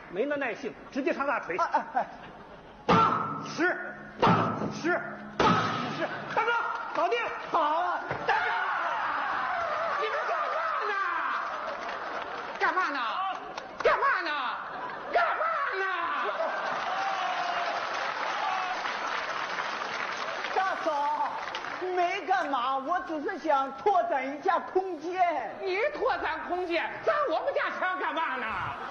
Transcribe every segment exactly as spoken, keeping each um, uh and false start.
没那耐性，直接上大锤。哎哎，八十，八十，八十，大哥，搞定！ 好啊，大哥， 你们干嘛呢？干嘛呢？干嘛呢？干嘛呢？ 大嫂，没干嘛，我只是想拓展一下空间。 你拓展空间，在我们家墙干嘛呢？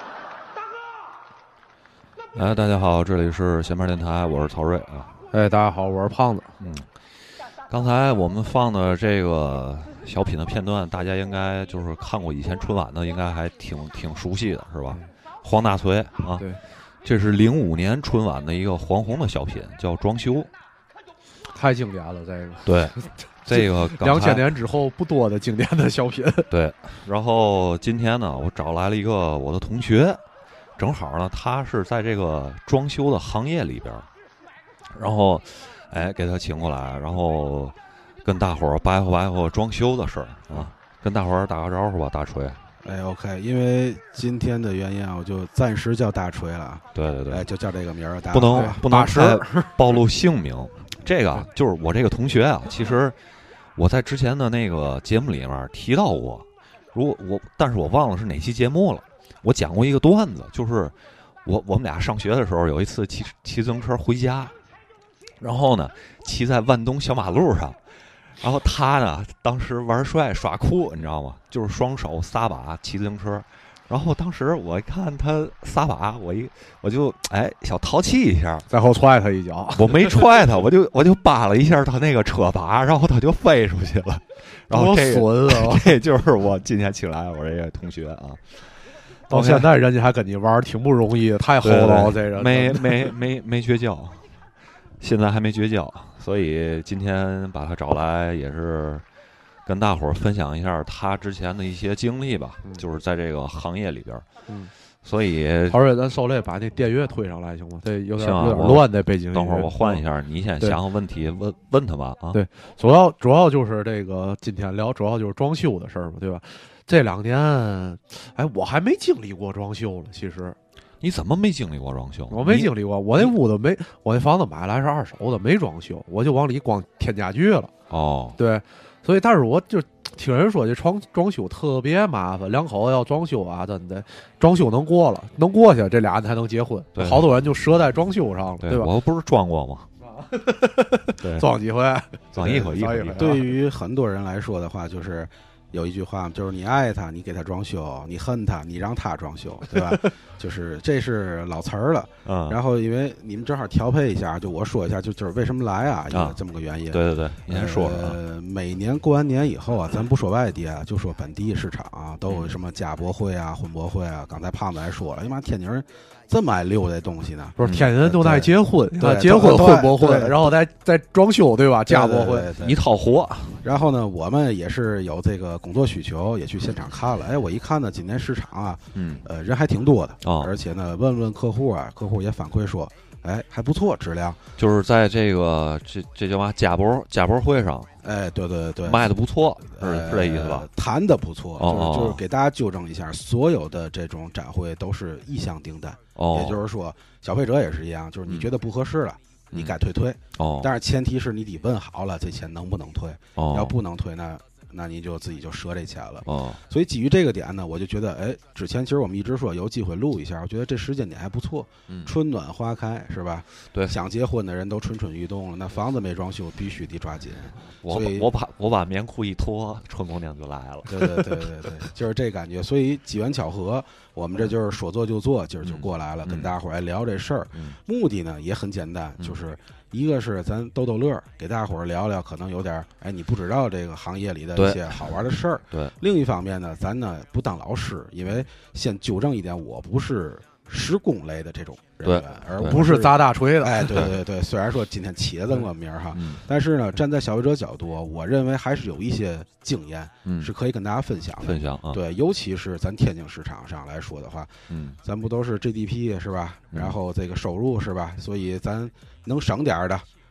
哎，大家好，这里是闲班电台，我是曹睿啊。 哎，大家好，我是胖子。 嗯，刚才我们放的这个小品的片段，大家应该就是看过以前春晚的，应该还挺挺熟悉的，是吧？黄大锤啊， 对， 这是零五年春晚的一个黄红的小品，叫《装修》， 太经典了，这个。 对，这个两千年之后不多的经典的小品。 对，然后今天呢，我找来了一个我的同学。正好呢，他是在这个装修的行业里边，然后，哎，给他请过来，然后跟大伙儿白话白话装修的事儿啊，跟大伙儿打个招呼吧，大锤。 哎 ，OK， 因为今天的原因啊，我就暂时叫大锤了。 对对对， 哎，就叫这个名儿， 不能不能太暴露姓名。这个就是我这个同学啊，其实我在之前的那个节目里面提到过，如果我，但是我忘了是哪期节目了。我讲过一个段子，就是我我们俩上学的时候，有一次骑骑自行车回家，然后呢骑在万东小马路上，然后他呢当时玩帅耍酷，你知道吗？就是双手撒把骑自行车，然后当时我一看他撒把，我一我就哎小淘气一下， 在后踹他一脚， 我没踹他，我就我就扒了一下他那个车把，然后他就飞出去了。然后这个这就是我今天请来我这个同学啊。 到现在人家还跟你玩，挺不容易的，太厚道这人。 没没没没绝交，现在还没绝交，所以今天把他找来也是跟大伙儿分享一下他之前的一些经历吧，嗯、就是在这个行业里边。 嗯， 所以好，咱受累把那电乐推上来行吗？这有点有点乱的背景。 等会儿我换一下，你先想个问题问问他吧啊。 对，主要主要就是这个今天聊，主要就是装修的事儿嘛，对吧？这两年，哎，我还没经历过装修了。其实， 你怎么没经历过装修？ 我没经历过，我那屋子没，我那房子买来是二手的，没装修，我就往里光添家具了。 哦， 对，所以但是我就听人说这装装修特别麻烦，两口子要装修啊，真的装修能过了，能过去，这俩人才能结婚。 对， 好多人就折在装修上了， 对, 对吧？ 我不是装过吗？对， 装几回， 装一回一回。 对于很多人来说的话，就是。有一句话就是你爱他，你给他装修；你恨他，你让他装修，对吧？就是这是老词儿了。 嗯。 然后因为你们正好调配一下，就我说一下，就就是为什么来啊？ 啊， 这么个原因。 对对对，你先说。 呃，每年过完年以后啊，咱不说外地啊，就说本地市场啊，都有什么家博会啊、婚博会啊。刚才胖子还说了，哎妈，天津人这么爱溜这东西呢？ 不是，天津人都爱结婚， 对， 结婚婚博会，然后再再装修，对吧？家博会一套活。 然后呢，我们也是有这个工作需求，也去现场看了。哎，我一看呢，今年市场啊， 嗯， 呃，人还挺多的， 哦， 而且呢，问问客户啊，客户也反馈说，哎，还不错，质量。 就是在这个这这叫嘛家博家博会上， 哎，对对对， 卖的不错，是、 呃、 是这意思吧？ 谈的不错， 哦就是就是给大家纠正一下，所有的这种展会都是意向订单， 哦， 也就是说，消费者也是一样，就是你觉得不合适了。嗯你该退退哦， 但是前提是你得问好了，这钱能不能退？ 哦， 要不能退呢，那你就自己就折这钱了。 哦， 所以基于这个点呢，我就觉得，哎，之前其实我们一直说有机会录一下，我觉得这时间点还不错， 嗯， 春暖花开是吧？ 对， 想结婚的人都蠢蠢欲动了，那房子没装修，必须得抓紧。 我我把我把棉裤一脱，春姑娘就来了。 对对对对对，就是这感觉。所以机缘巧合，我们这就是说做就做，今儿就过来了， 嗯、 跟大伙儿来聊这事儿。 嗯、 目的呢也很简单， 嗯、 就是一个是咱逗逗乐，给大伙儿聊聊可能有点哎你不知道这个行业里的一些好玩的事儿。 对。 另一方面呢，咱呢不当老师，因为先纠正一点，我不是施工类的这种人员，而不是砸大锤的。 哎，对对对，虽然说今天起了这么个名儿哈， 嗯、 但是呢，站在消费者角度，我认为还是有一些经验， 嗯， 是可以跟大家分享的。 分享啊， 对，尤其是咱天津市场上来说的话， 嗯， 咱不都是 G D P 是吧？然后这个收入是吧？所以咱能省点的，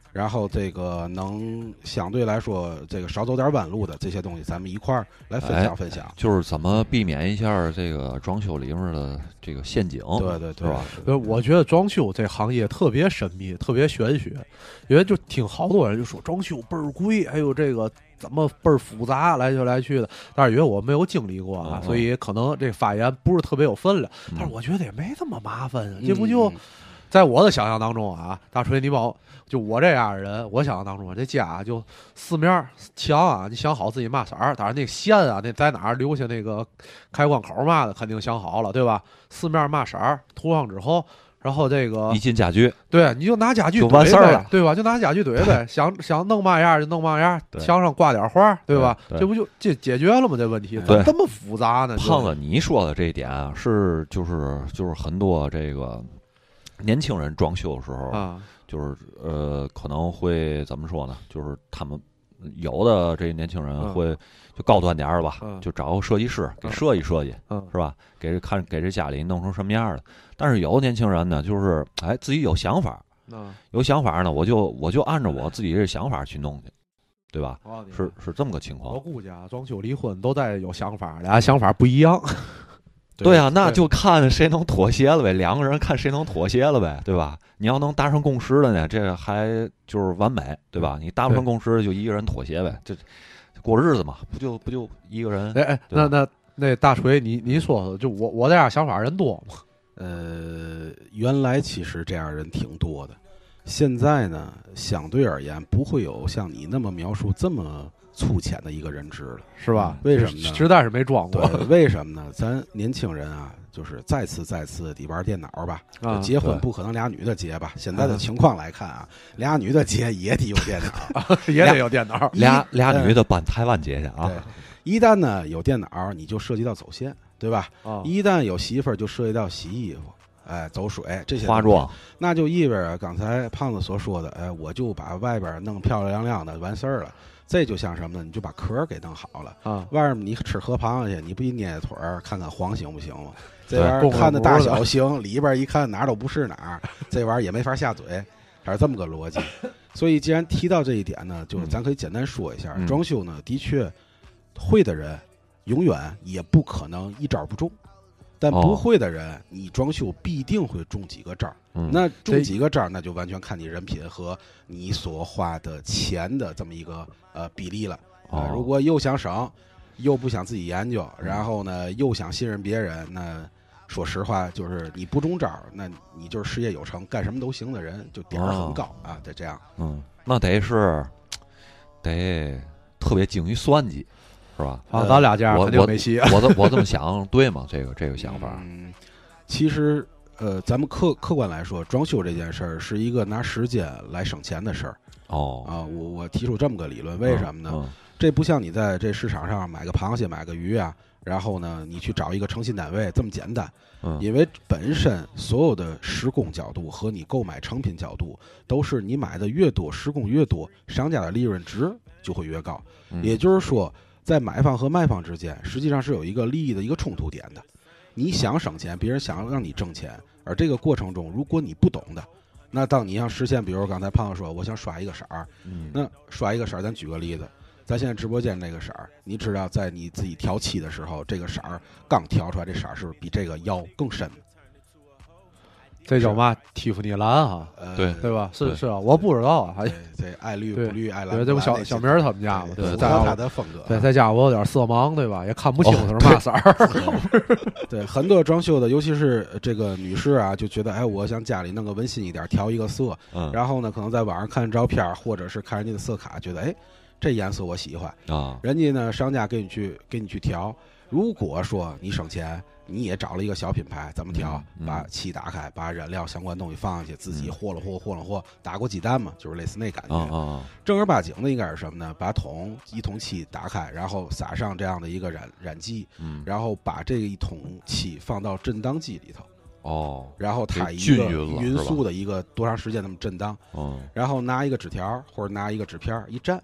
然后这个能相对来说这个少走点弯路的这些东西，咱们一块儿来分享分享、哎。 就是怎么避免一下这个装修里面的这个陷阱， 对对对， 是吧？ 呃，我觉得装修这行业特别神秘，特别玄学，因为就听好多人就说装修倍儿贵，还有这个怎么倍儿复杂，来去来去的。但是因为我没有经历过啊， 嗯、 所以可能这发言不是特别有分量。嗯、但是我觉得也没这么麻烦啊， 嗯、 这不就在我的想象当中啊，大锤，你帮我。就我这样的人，我想象当中，这家就四面墙啊，你想好自己嘛色儿，当然那线啊，那在哪儿留下那个开关口嘛的，肯定想好了，对吧？四面嘛色儿涂上之后，然后这个一进家具， 对，你就拿家具就完事儿了， 对吧？就拿家具怼呗，想想弄嘛样就弄嘛样，墙上挂点花，对吧？ 对对这不就这解决了吗？这问题怎么这么复杂呢？ 胖子，你说的这一点啊，是就是就是很多这个年轻人装修的时候啊。 就是呃，可能会怎么说呢？就是他们有的这年轻人会就高端点儿吧， 嗯、 就找个设计师给设计设计， 嗯、 是吧？给这看给这家里弄成什么样的。但是有的年轻人呢，就是哎自己有想法， 嗯、 有想法呢，我就我就按照我自己这想法去弄去，对吧？是是这么个情况。 我估计啊，装修离婚都在有想法，俩想法不一样。 对啊，那就看谁能妥协了呗，两个人看谁能妥协了呗，对吧？你要能达成共识的呢，这还就是完美，对吧？你达不成共识，就一个人妥协呗，这过日子嘛，不就不就一个人？ 哎哎，那那那大锤，你你说说，就我我这样想法人多吗？ 呃，原来其实这样人挺多的，现在呢，相对而言不会有像你那么描述这么粗浅的一个认知了， 是吧？ 为什么呢？ 实在是没装过。 对，为什么呢？咱年轻人啊，就是再次再次得玩电脑吧。 啊、 结婚不可能俩女的结吧？现在的情况来看啊，俩女的结也得有电脑， 也得有电脑。 俩俩女的搬台湾结去啊。 对，一旦呢有电脑，你就涉及到走线，对吧？ 啊、 一旦有媳妇儿，就涉及到洗衣服。哎，走水这些化妆， 那就意味着刚才胖子所说的，哎，我就把外边弄漂漂亮亮的，完事儿了。这就像什么呢？你就把壳给弄好了啊！外面你吃河螃蟹，你不一捏腿儿看看黄行不行吗？这玩意儿看的大小行，里边一看哪儿都不是哪儿，这玩意儿也没法下嘴，它是这么个逻辑。所以既然提到这一点呢，就是咱可以简单说一下， 嗯、 装修呢的确会的人永远也不可能一招不中。但不会的人，哦、你装修必定会中几个招、 嗯、 那中几个招，那就完全看你人品和你所花的钱的这么一个呃比例了。 哦呃、如果又想省，又不想自己研究，然后呢又想信任别人，那说实话，就是你不中招，那你就是事业有成，干什么都行的人，就点儿很高、哦、啊。得这样， 嗯，那得是得特别精于算计。是吧？ 啊，咱俩这样肯定没戏。 我我我这么想对吗？这个这个想法， 嗯，其实呃，咱们客客观来说，装修这件事儿是一个拿时间来省钱的事儿。 哦啊，我我提出这么个理论，为什么呢？ 嗯嗯、 这不像你在这市场上买个螃蟹、买个鱼啊，然后呢，你去找一个诚信单位这么简单。 嗯， 因为本身所有的施工角度和你购买成品角度，都是你买的越多，施工越多，商家的利润值就会越高。 嗯、 也就是说。在买方和卖方之间，实际上是有一个利益的一个冲突点的。你想省钱，别人想让你挣钱，而这个过程中，如果你不懂的，那当你要实现，比如刚才胖子说，我想刷一个色儿， 嗯、 那刷一个色儿，咱举个例子，咱现在直播间那个色儿，你知道在你自己调漆的时候，这个色儿刚调出来，这色儿是比这个要更深。 这叫嘛？蒂芙尼蓝哈， 呃， 对对吧？是是啊，我不知道啊，还这爱绿不绿，爱蓝对，这不小小明他们家嘛， 对， 在他的风格， 对，在家我有点色盲，对吧？也看不清是嘛色儿。 对，很多装修的，尤其是这个女士啊，就觉得哎，我想家里弄个温馨一点，调一个色， 嗯， 然后呢，可能在网上看照片，或者是看人家的色卡，觉得哎，这颜色我喜欢啊， 人家呢，商家给你去给你去调。如果说你省钱，你也找了一个小品牌，怎么调？ 嗯、 把漆打开，把染料相关东西放上去，自己和了和和了和，打过鸡蛋嘛，就是类似那感觉。 啊啊、 正儿八经的应该是什么呢？把桶一桶漆打开，然后撒上这样的一个染染剂， 嗯， 然后把这一桶漆放到震荡机里头。 哦， 然后它一个匀速的一个多长时间那么震荡， 哦， 然后拿一个纸条或者拿一个纸片一蘸，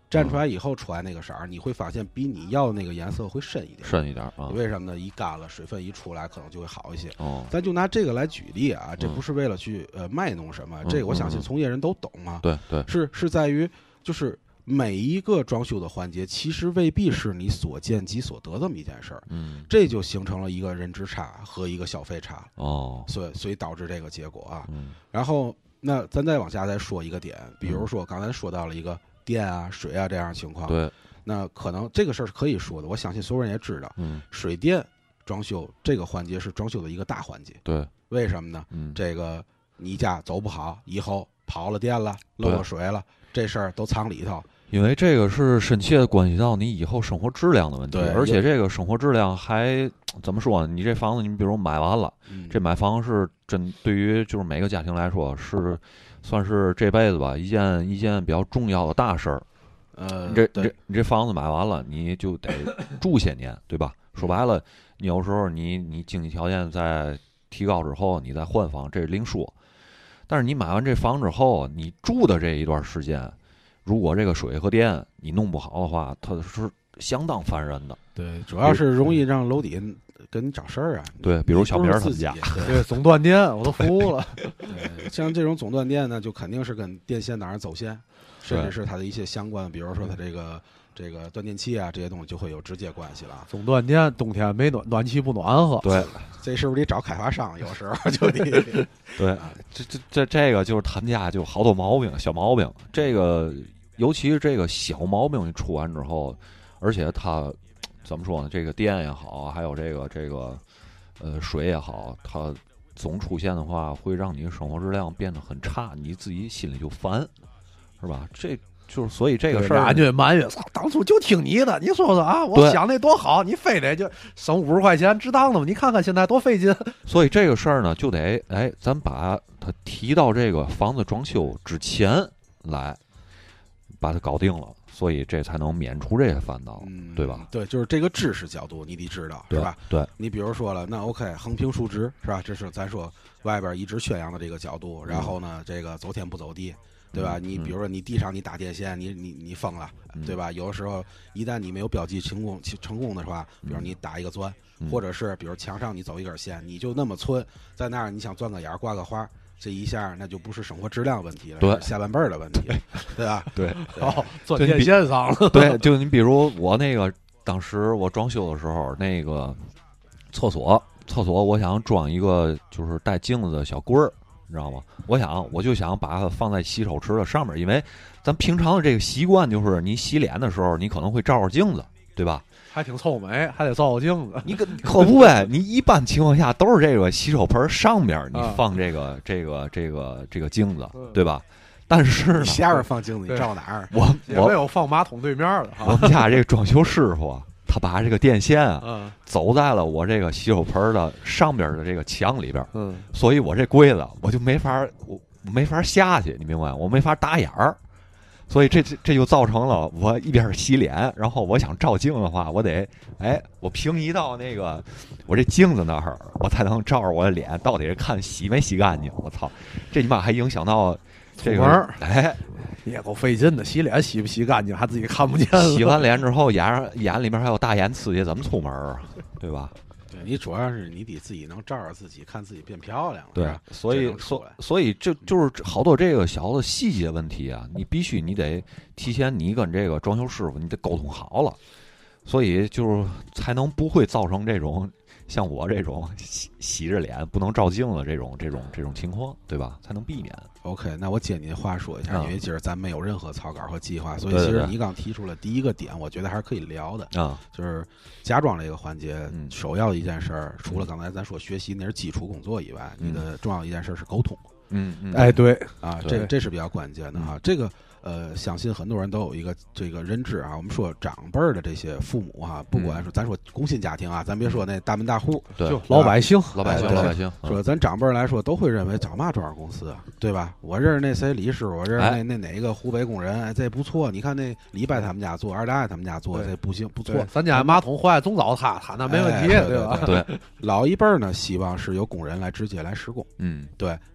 蘸出来以后出来那个色儿，你会发现比你要的那个颜色会深一点， 深一点啊。 为什么呢？一干了，水分一出来，可能就会好一些。 哦， 咱就拿这个来举例啊，这不是为了去呃卖弄什么， 嗯、 这个我相信从业人都懂啊。 对对， 是是在于就是每一个装修的环节，其实未必是你所见即所得这么一件事儿。 嗯， 这就形成了一个认知差和一个消费差。 哦， 所以所以导致这个结果啊。 嗯， 然后那咱再往下再说一个点，比如说刚才说到了一个电啊、水啊这样的情况。 对。 那可能这个事儿是可以说的，我相信所有人也知道。 嗯， 水电装修这个环节是装修的一个大环节。 对， 为什么呢？ 嗯， 这个你家走不好，以后跑了电了、漏了水了，这事儿都藏里头。 因为这个是深切的关系到你以后生活质量的问题， 对， 而且这个生活质量还怎么说呢？你这房子，你比如买完了， 嗯、这买房是针对于就是每个家庭来说是算是这辈子吧一件一件比较重要的大事儿。 呃， 你这你这你这房子买完了，你就得住些年，对吧？说白了，你有时候你你经济条件在提高之后，你再换房，这是另说。但是你买完这房之后，你住的这一段时间，如果这个水和电你弄不好的话，它是相当烦人的。 对，主要是容易让楼底跟你找事儿啊。 对，比如小明他们家， 对，总断电我都服了。 对，像这种总断电呢，就肯定是跟电线哪儿走线。甚至是它的一些相关，比如说它这个这个断电器啊这些东西就会有直接关系了。 总断电，冬天没暖暖气不暖和。 对， 这是不是得找开发商？有时候就得对，这这这这个就是他们家就好多毛病，小毛病。这个尤其是这个小毛病出完之后，而且它怎么说呢？这个电也好，还有这个这个呃水也好，它总出现的话，会让你生活质量变得很差，你自己心里就烦。是吧？这就是所以这个事儿， 俺就埋怨，当初就听你的，你说说啊，我想那多好，你非得就省五十块钱，值当的吗？你看看现在多费劲。 所以这个事儿呢，就得哎，咱把它提到这个房子装修之前来把它搞定了，所以这才能免除这些烦恼， 嗯、 对吧？ 对，就是这个知识角度你得知道，是吧？ 对， 你比如说了，那 OK， 横平竖直是吧？这是咱说外边一直宣扬的这个角度，然后呢，这个走天不走地。对吧？你比如说，你地上你打电线，你你你封了，对吧？有的时候，一旦你没有标记成功成功的话，比如你打一个钻，或者是比如墙上你走一根线，你就那么寸，在那儿你想钻个眼挂个花，这一下那就不是生活质量问题了， 对， 下半辈儿的问题，对吧？ 对， 哦，钻电线上了。 对，就你比如我那个当时我装修的时候，那个厕所厕所，我想装一个就是带镜子的小柜儿。你知道吗？我想，我就想把它放在洗手池的上面，因为咱平常的这个习惯就是，你洗脸的时候，你可能会照照镜子，对吧？ 还挺臭美，还得照照镜子。 你可可不呗？你一般情况下都是这个洗手盆上面你放这个、啊、这个这个这个镜子，对吧？但是下边放镜子，你照哪儿？ 我也没有放马桶对面的。 我们家这个装修师傅啊。他把这个电线啊， 嗯， 走在了我这个洗手盆的上边的这个墙里边， 嗯， 所以我这柜子我就没法，我没法下去，你明白？我没法打眼儿，所以这这这就造成了我一边洗脸，然后我想照镜的话，我得，哎，我平移到那个我这镜子那儿，我才能照着我的脸，到底是看洗没洗干净。我操，这你妈还影响到这个，哎。 也够费劲的，洗脸洗不洗干净还自己看不见。 洗完脸之后，眼眼里面还有大眼刺激，怎么出门啊？对吧？ 对你主要是你得自己能照着自己，看自己变漂亮。 对，所以所所以这就是好多这个小的细节问题啊，你必须你得提前你跟这个装修师傅你得沟通好了，所以就是才能不会造成这种像我这种洗洗着脸不能照镜子这种这种这种情况，对吧？才能避免。 OK， 那我接你的话说一下， 嗯、 因为今儿咱没有任何草稿和计划，所以其实你刚提出了第一个点，我觉得还是可以聊的啊、 嗯，就是家装这个环节， 嗯、 首要的一件事儿，除了刚才咱说学习那是基础工作以外， 嗯、 你的重要一件事是沟通。 嗯嗯， 哎对啊，这这是比较关键的哈，这个。呃，相信很多人都有一个这个认知啊。我们说长辈儿的这些父母哈、啊，不管说咱说工薪家庭啊，咱别说那大门大户， 对， 就老百姓， 老百姓，老百姓， 说咱长辈儿来说都会认为找嘛装饰公司，对吧？我认识那谁李师傅，我认识那那哪个湖北工人，哎，这不错。你看那李伯他们家做，二大爷他们家做，这不行，不错。 咱家马桶坏总找他，他那没问题， 哎、 对吧？ 对，老一辈儿呢，希望是由工人来直接来施工。 嗯， 对。那这样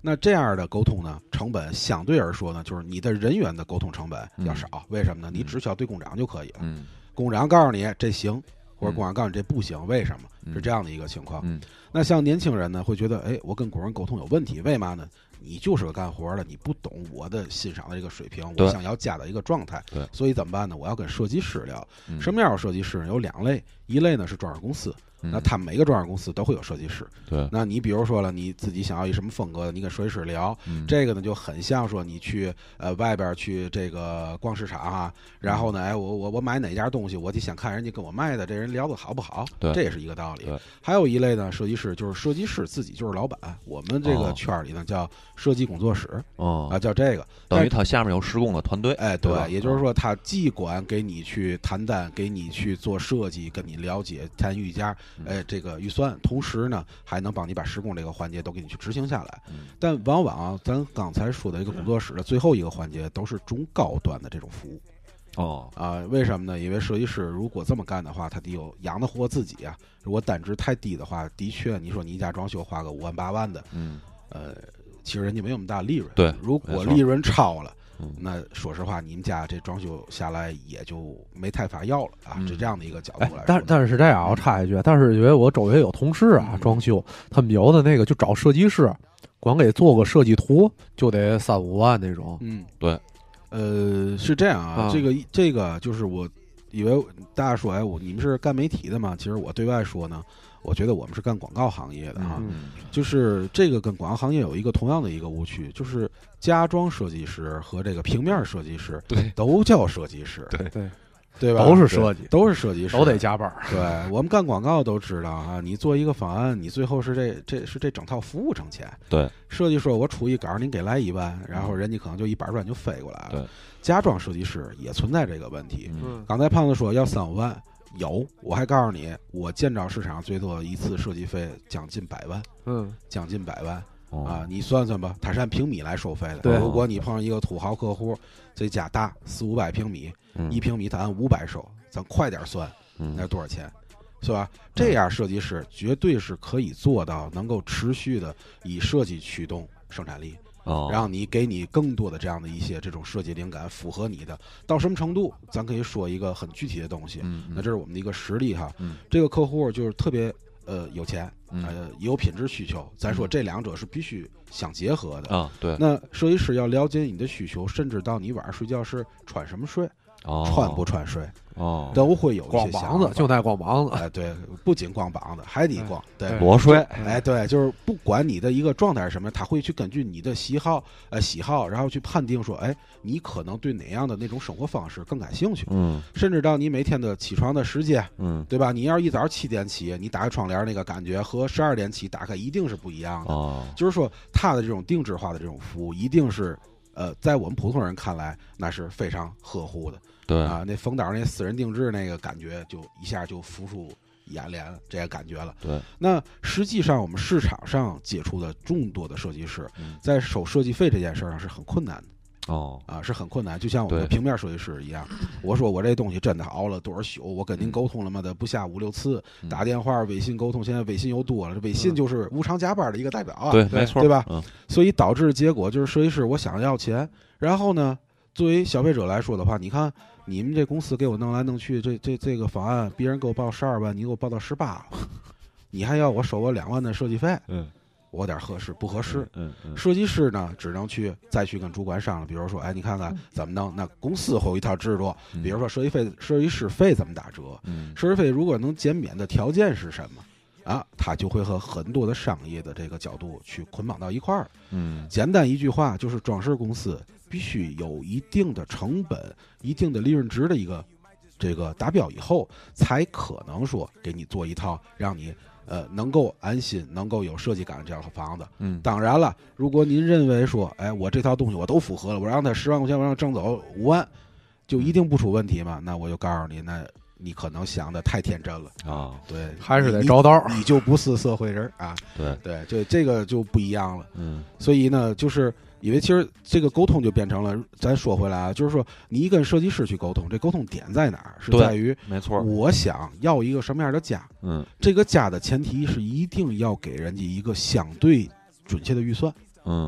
面的沟通呢，成本相对而说呢，就是你的人员的沟通成本要少。嗯、为什么呢？你只需要对工长就可以了。 嗯， 工长告诉你这行，或者工长告诉你这不行，为什么？是这样的一个情况。 嗯， 那像年轻人呢，会觉得，哎，我跟工人沟通有问题，为嘛呢？你就是个干活的，你不懂我的欣赏的这个水平，我想要加到一个状态， 对， 所以怎么办呢？我要跟设计师聊。 嗯、 什么样的设计师呢？有两类，一类呢是装饰公司。那他们每个装饰公司都会有设计师， 对。 那你比如说了，你自己想要一什么风格的，你跟设计师聊， 嗯、 这个呢就很像说你去呃外边去这个逛市场啊，然后呢，哎，我我我买哪家东西，我得先看人家跟我卖的这人聊的好不好， 对， 这也是一个道理。 对。 还有一类呢，设计师就是设计师自己就是老板，我们这个圈里呢叫设计工作室， 哦啊叫这个， 等于他下面有施工的团队， 哎，对，也就是说他既管给你去谈单，给你去做设计，跟你了解谈预价，哎，这个。预算，同时呢，还能帮你把施工这个环节都给你去执行下来。但往往咱刚才说的一个工作室的最后一个环节，都是中高端的这种服务。 哦啊、呃，为什么呢？因为设计师如果这么干的话，他得有养得活自己啊。如果单值太低的话，的确，你说你一家装修花个五万八万的， 嗯， 呃，其实人家没有那么大利润。 对， 如果利润超了。那说实话，你们家这装修下来也就没太法要了啊， 嗯、 是这样的一个角度来说。 哎、但但是这样，我插一句，但是因为我周围有同事啊，装修，他们有的那个就找设计师，光给做个设计图就得三五万那种。 嗯， 对， 呃，是这样啊，啊这个这个就是我以为大家说，哎，我你们是干媒体的嘛？其实我对外说呢。我觉得我们是干广告行业的哈、 嗯， 就是这个跟广告行业有一个同样的一个误区，就是家装设计师和这个平面设计师对都叫设计师， 对对对吧？ 都是设计， 都是设计师， 都得加班。 对我们干广告都知道啊，你做一个方案，你最后是这这是这整套服务挣钱。 对， 设计说我出一稿，您给来一万，然后人家可能就一板砖就飞过来了。 对， 家装设计师也存在这个问题。 嗯， 刚才胖子说要三五万。有，我还告诉你，我见着市场最多一次设计费将近百万， 嗯， 将近百万、 哦、 啊！你算算吧，它是按平米来收费的。 对， 如果你碰上一个土豪客户，这家大四五百平米， 嗯、 一平米他按五百收，咱快点算，那多少钱？是吧？这样设计师绝对是可以做到能够持续的以设计驱动生产力。 哦， 让你给你更多的这样的一些这种设计灵感，符合你的到什么程度？咱可以说一个很具体的东西。 嗯， 那这是我们的一个实例哈。 嗯， 这个客户就是特别呃有钱， 嗯、 呃也有品质需求。咱说这两者是必须相结合的啊。对。 那设计师要了解你的需求，甚至到你晚上睡觉是穿什么睡， 哦、 穿不穿睡。 哦， 都会有一些光膀子，就带光膀子。 哎，对，不仅光膀子，还得光。对， 裸睡。 哎，对，就是不管你的一个状态是什么，他会去根据你的喜好，呃，喜好，然后去判定说，哎，你可能对哪样的那种生活方式更感兴趣。 嗯。 甚至到你每天的起床的时间， 嗯， 对吧？你要一早七点起，你打开窗帘那个感觉和十二点起打开一定是不一样的。 哦。 就是说，他的这种定制化的这种服务，一定是，呃，在我们普通人看来，那是非常呵护的。 对啊，那冯导那私人定制那个感觉，就一下就浮出眼帘了，这个感觉了。 对， 那实际上我们市场上接触的众多的设计师， 嗯、 在收设计费这件事上是很困难的。 哦， 啊，是很困难，就像我们的平面设计师一样。我说我这东西真的熬了多少宿，我跟您沟通了嘛的不下五六次， 嗯、 打电话、微信沟通，现在微信又多了，这微信就是无偿加班的一个代表啊。 对，没错， 对吧？ 嗯、 所以导致结果就是设计师我想要钱，然后呢，作为消费者来说的话，你看。你们这公司给我弄来弄去，这这这个方案，别人给我报十二万，你给我报到十八，你还要我收我两万的设计费， 嗯， 我有点合适不合适？ 嗯 嗯, 嗯， 设计师呢，只能去再去跟主管商量，比如说，哎，你看看怎么弄？那公司会有一套制度，比如说设计费、设计师费怎么打折？ 嗯， 设计费如果能减免的条件是什么？啊，他就会和很多的商业的这个角度去捆绑到一块儿。 嗯， 简单一句话就是装饰公司必须有一定的成本、一定的利润值的一个这个达标以后，才可能说给你做一套让你呃能够安心、能够有设计感这样的房子。 嗯， 当然了，如果您认为说，哎，我这套东西我都符合了，我让他十万块钱，我让他挣走五万，就一定不出问题吗？那我就告诉你，那。你可能想的太天真了啊！ 对， 还是得找道， 你就不是社会人啊！ 对对，就这个就不一样了。 嗯， 所以呢，就是因为其实这个沟通就变成了，咱说回来啊，就是说你跟设计师去沟通，这沟通点在哪儿？是在于， 没错， 我想要一个什么样的家？ 嗯， 这个家的前提是一定要给人家一个相对准确的预算。 嗯，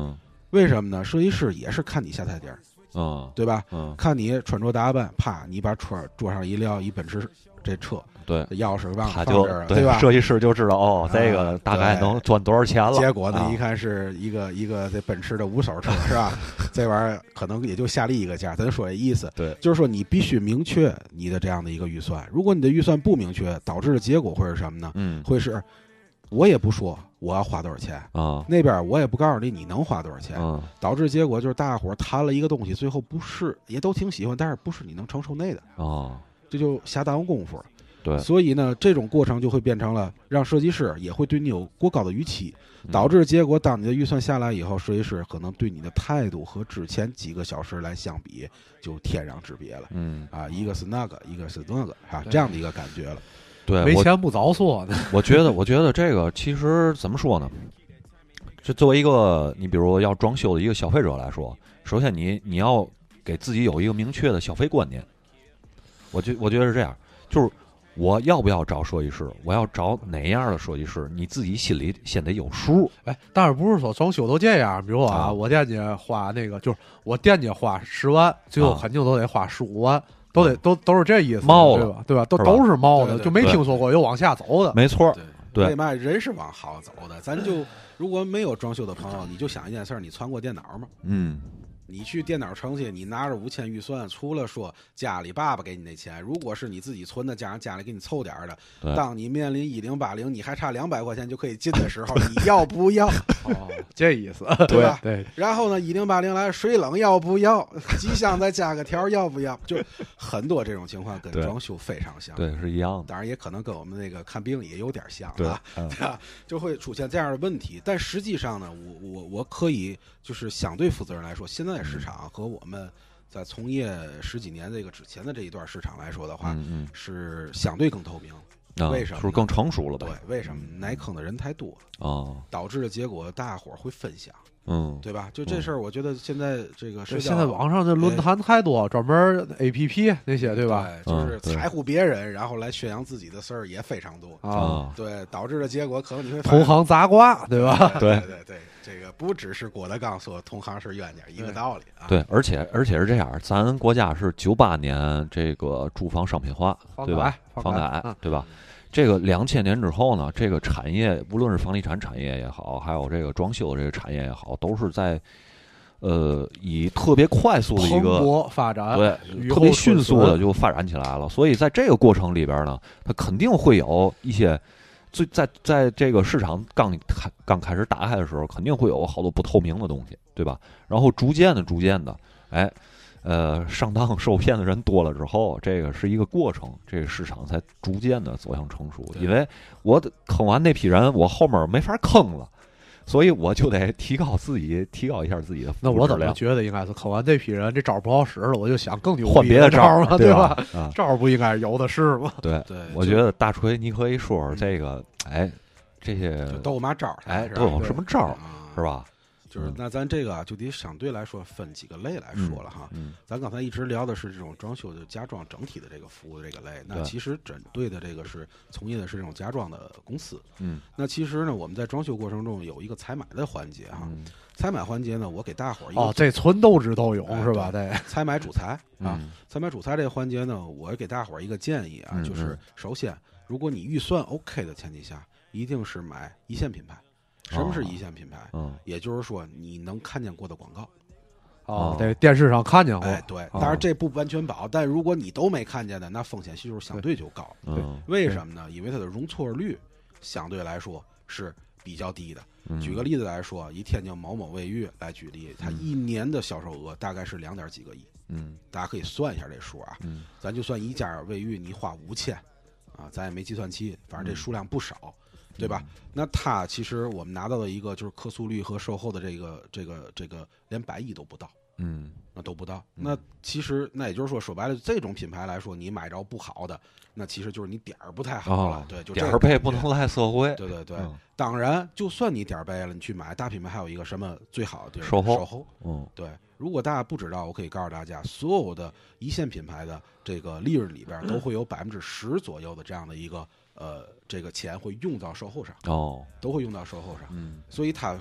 为什么呢？设计师也是看你下菜碟儿， 嗯， 对吧？ 嗯， 看你穿着打扮，啪，你把车桌上一撂，一奔驰这车， 对， 钥匙忘他就放这儿了，对吧？ 设计师就知道哦，这个大概能赚多少钱了。 结果呢， 啊一看是一个一个这奔驰的五手车，是吧？这玩意儿可能也就下立一个价，咱说这意思。 对， 就是说你必须明确你的这样的一个预算。如果你的预算不明确，导致的结果会是什么呢？ 嗯， 会是，我也不说我要花多少钱啊， 那边我也不告诉你你能花多少钱， 嗯， 导致结果就是大家伙谈了一个东西，最后不是也都挺喜欢，但是不是你能承受内的哦， 这就下耽误功夫了。 对， 所以呢，这种过程就会变成了让设计师也会对你有过高的预期，导致结果当你的预算下来以后，设计师可能对你的态度和之前几个小时来相比就天壤之别了。 嗯啊，一个是那个，一个是那个啊，这样的一个感觉了。 对， 没钱不早说呢。 我觉得，我觉得这个其实怎么说呢？这作为一个你比如要装修的一个消费者来说，首先你你要给自己有一个明确的消费观念。我觉我觉得是这样，就是我要不要找设计师，我要找哪样的设计师，你自己心里先得有数。 哎，但是不是说装修都这样？比如啊， 啊我店家花那个，就是我店家花十万，最后肯定都得花十五万。都得都都是这意思， 冒对吧？对吧？都是吧都是冒的， 对对就没听说过有往下走的。 没错，对为嘛人是往好走的？咱就如果没有装修的朋友，你就想一件事儿，你传过电脑吗？ 嗯， 你去电脑城去，你拿着五千预算，除了说家里爸爸给你那钱，如果是你自己存的，加上家里给你凑点儿的，当你面临一零八零，你还差两百块钱就可以进的时候，你要不要？ 哦，这意思， 对吧？ 对。 然后呢，一零八零来水冷要不要？机箱再加个条要不要？就很多这种情况跟装修非常像， 对，是一样的。 当然也可能跟我们那个看病也有点像对啊， 嗯、 对吧？就会出现这样的问题。但实际上呢，我我我可以就是相对负责任来说，现在的市场和我们在从业十几年这个之前的这一段市场来说的话， 嗯嗯、 是相对更透明。 啊、 为什么？ 是更成熟了吧？ 对，为什么？奶坑的人太多了， 哦， 导致的结果大家伙会分享。 嗯， 对吧？就这事儿，我觉得现在这个现在网上这论坛太多，专门 A P P 那些，对吧？ 对，就是在乎别人，然后来宣扬自己的事儿也非常多啊。 对，导致的结果可能你会同行砸瓜，对吧？ 对对对，这个不只是郭德纲说同行是冤家，一个道理啊。 对，而且而且是这样，咱国家是九八年这个住房商品化，对吧？房改，对吧？这个两千年之后呢，这个产业无论是房地产产业也好，还有这个装修这个产业也好，都是在呃以特别快速的一个蓬勃发展， 对，特别迅速的就发展起来了。所以在这个过程里边呢，它肯定会有一些最在在这个市场刚开刚开始打开的时候，肯定会有好多不透明的东西，对吧？然后逐渐的、逐渐的，哎。呃，上当受骗的人多了之后，这个是一个过程，这个市场才逐渐的走向成熟。因为我坑完那批人，我后面没法坑了，所以我就得提高自己，提高一下自己的。 那我怎么觉得应该是坑完这批人，这招不好使了，我就想更牛逼换别的招嘛， 对吧？ 啊、招不应该有的是吗？ 对对， 我觉得大锤，你可以说说这个，哎，这些都有嘛招？ 哎，都有什么招？是吧？ 就是那咱这个啊，就得相对来说分几个类来说了哈。 嗯嗯、 咱刚才一直聊的是这种装修的家装整体的这个服务的这个类，那其实针对的这个是从业的是这种家装的公司。 嗯， 那其实呢，我们在装修过程中有一个采买的环节哈。 嗯、 采买环节呢，我给大伙儿哦，这纯豆制都有、哎、是吧？对， 采买主材啊， 嗯、 采买主材这个环节呢，我给大伙儿一个建议啊， 嗯、 就是首先，如果你预算 OK 的前提下，一定是买一线品牌。什么是一线品牌？ 嗯， 也就是说你能看见过的广告。 哦，在电视上看见过。 哎，对，当然这不完全保，但如果你都没看见的，那风险系数相对就高。 对， 为什么呢？因为它的容错率相对来说是比较低的。 嗯、 举个例子来说，以天津某某卫浴来举例，它一年的销售额大概是两点几个亿。 嗯， 大家可以算一下这数啊。 嗯， 咱就算一家卫浴你花五千，啊，咱也没计算器，反正这数量不少。嗯，对吧？那它其实我们拿到的一个就是客诉率和售后的这个这个这个连百亿都不到， 嗯， 那都不到。那其实那也就是说，说白了，这种品牌来说，你买着不好的，那其实就是你点儿不太好了。 哦、 对，就点儿背不能赖社会。 对对对， 嗯、 当然，就算你点儿背了，你去买大品牌，还有一个什么最好的地儿？ 售后。 售后。 嗯， 对。如果大家不知道，我可以告诉大家，所有的一线品牌的这个利润里边都会有百分之十左右的这样的一个。呃，这个钱会用到售后上哦， 都会用到售后上， 嗯， 所以它会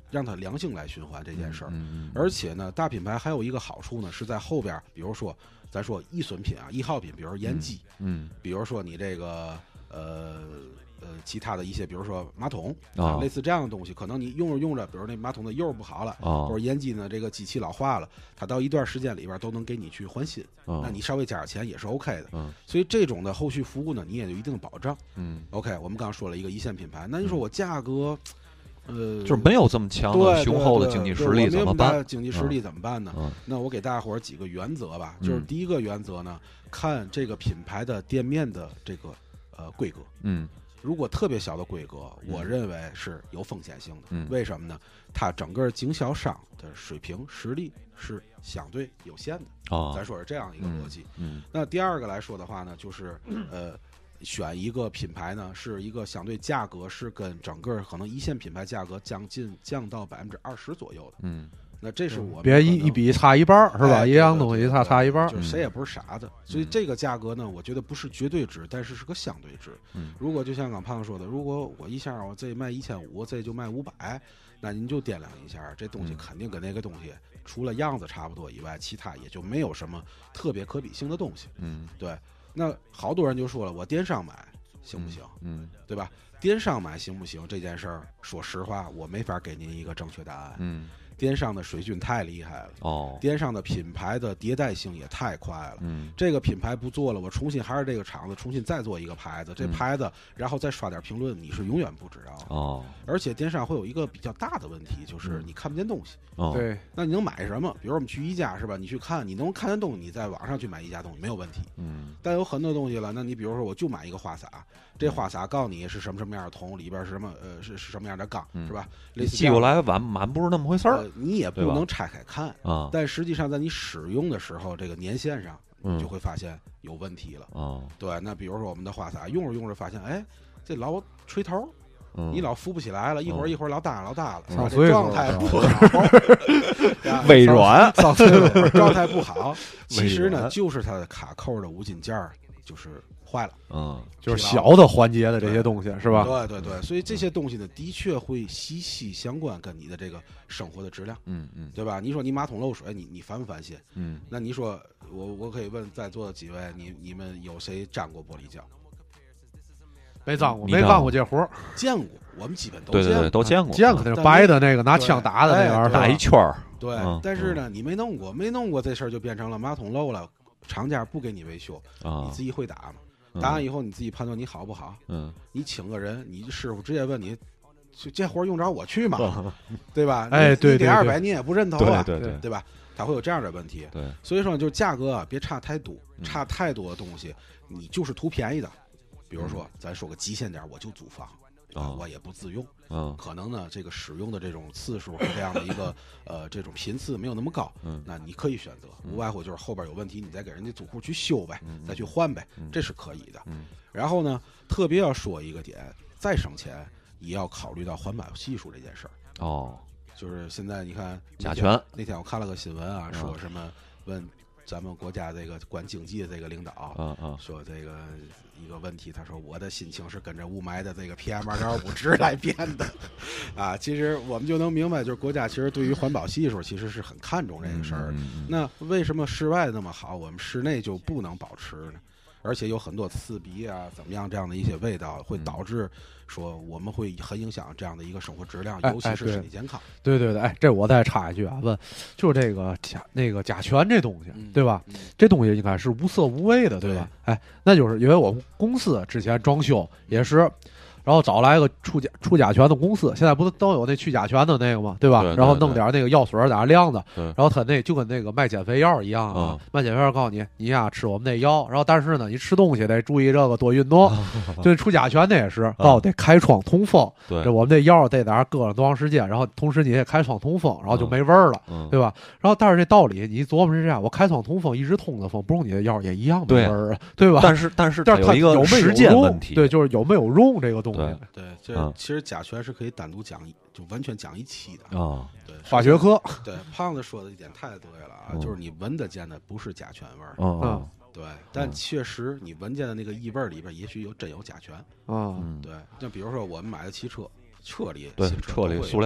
让它良性来循环这件事儿。 嗯嗯、 而且呢，大品牌还有一个好处呢，是在后边，比如说咱说易损品啊、易耗品，比如烟机， 嗯， 比如说你这个呃。呃，其他的一些，比如说马桶啊， 类似这样的东西，可能你用着用着，比如那马桶的釉不好了， 啊， 或者烟机呢这个机器老化了，它到一段时间里边都能给你去换新， 啊、 那你稍微加点钱也是 OK 的。 嗯， 所以这种的后续服务呢，你也有一定的保障。 嗯 ，OK， 我们刚刚说了一个一线品牌，那你说我价格，呃， 就是没有这么强的雄厚的经济实力怎么办？ 经济实力怎么办呢？ 嗯、 那我给大家伙儿几个原则吧，就是第一个原则呢，看这个品牌的店面的这个呃规格， 嗯。 如果特别小的规格，我认为是有风险性的。 嗯， 为什么呢？它整个经销商的水平实力是相对有限的。 哦， 咱说是这样一个逻辑。 嗯，嗯那第二个来说的话呢，就是呃，选一个品牌呢，是一个相对价格是跟整个可能一线品牌价格将近降到百分之二十左右的。 嗯。 那这是我们别一一比差一半是吧？ 哎、 一样东西差差一半， 就是谁也不是傻子，所以这个价格呢，我觉得不是绝对值，但是是个相对值。 嗯， 如果就像刚胖说的，如果我一下我这卖一千五，这就卖五百，那您就掂量一下，这东西肯定跟那个东西除了样子差不多以外，其他也就没有什么特别可比性的东西。 嗯， 对。那好多人就说了，我电商买行不行？ 嗯， 对吧？电商买行不行？这件事儿，说实话，我没法给您一个正确答案。 嗯。 电商的水军太厉害了哦， 电商的品牌的迭代性也太快了。 嗯， 这个品牌不做了，我重新还是这个厂子，重新再做一个牌子，这牌子、 嗯、 然后再刷点评论，你是永远不知道哦。 而且电商会有一个比较大的问题，就是你看不见东西。 哦， 对， 那你能买什么？比如我们去宜家是吧？你去看，你能看见东西，你在网上去买宜家东西没有问题。 嗯， 但有很多东西了，那你比如说我就买一个花洒，这花洒告诉你是什么什么样的铜，里边是什么呃是是什么样的钢， 嗯、 是吧？类似寄过来满满不是那么回事儿、 呃，你也不能拆开看啊。 但实际上在你使用的时候，这个年限上，你就会发现有问题了。 啊、嗯， 对，那比如说我们的花洒，用着用着发现，哎，这老吹头。 嗯、 你老扶不起来了，一会儿一会儿老大老大了， 嗯、 这状态不好， 微软， 状态不好。其实呢，就是它的卡扣的五金件儿就是坏了， 嗯， 就是小的环节的这些东西是吧？ 对对对，所以这些东西呢，的确会息息相关，跟你的这个生活的质量， 嗯嗯， 对吧？你说你马桶漏水，你你烦不烦心？ 嗯， 那你说我我可以问在座的几位，你你们有谁粘过玻璃胶？ 没脏过，没干过这活儿， 见过，我们基本都对对对都见过， 见过那白的那个拿枪打的那玩意儿， 打一圈儿。 对， 嗯、 但是呢，你没弄过，没弄过这事儿就变成了马桶漏了，厂家不给你维修， 啊、 你自己会打吗？打完以后你自己判断你好不好？ 嗯， 你请个人，你师傅直接问你，这活儿用着我去吗？对吧？ 哎，对， 你给二百你也不认头啊， 对对对吧？他会有这样的问题。 对， 所以说就价格啊，别差太多，差太多的东西，你就是图便宜的。比如说，咱说个极限点，我就租房。啊，我也不自用， 嗯， 可能呢，这个使用的这种次数和这样的一个呃这种频次没有那么高， 嗯， 那你可以选择，无外乎就是后边有问题，你再给人家租户去修呗， 嗯、 再去换呗， 嗯、 这是可以的。 嗯， 然后呢，特别要说一个点，再省钱也要考虑到环保系数这件事儿。 哦， 就是现在你看甲醛， 那天我看了个新闻啊， 嗯、 说什么问咱们国家这个管经济的这个领导， 嗯嗯， 说这个。一个问题，他说我的心情是跟着雾霾的这个 P M 二点五 值来变的，啊，其实我们就能明白，就是国家其实对于环保系数其实是很看重这个事儿。 嗯嗯嗯、 那为什么室外那么好，我们室内就不能保持呢？而且有很多刺鼻啊，怎么样这样的一些味道，会导致说我们会很影响这样的一个生活质量， 哎、 尤其是身体健康。 对对对，哎，这我再插一句啊，问，就是这个甲那个甲醛这东西， 嗯、 对吧？ 嗯、 这东西应该是无色无味的，对吧？对哎，那就是因为我们公司之前装修也是。然后找来个出甲出甲醛的公司，现在不是都有那去甲醛的那个吗？对吧？ 对对对， 然后弄点那个药水在那晾着， 然后他那就跟那个卖减肥药一样啊，嗯、卖减肥药告诉你，你呀吃我们那药，然后但是呢，你吃东西得注意这个多运动。对，出甲醛的也是，告诉得开窗通风。 对， 这我们这药得在那搁上多长时间，然后同时你也开窗通风，然后就没味儿了， 嗯、 对吧？然后但是这道理你琢磨是这样，我开窗通风一直通着风，不用你的药也一样没味儿啊，对吧？ 但是但是但是它有一个时间问题， 对，就是有没有用这个东西。 对，这。嗯、其实甲醛是可以单独讲一，就完全讲一期的啊。 对， 化学课。 对，胖子说的一点太对了啊，嗯、就是你闻得见的不是甲醛味儿。 嗯嗯。 对，但确实你闻见的那个异味里边，也许有真有甲醛。 啊。 对，那比如说我们买的汽车，车里对新车车里塑料，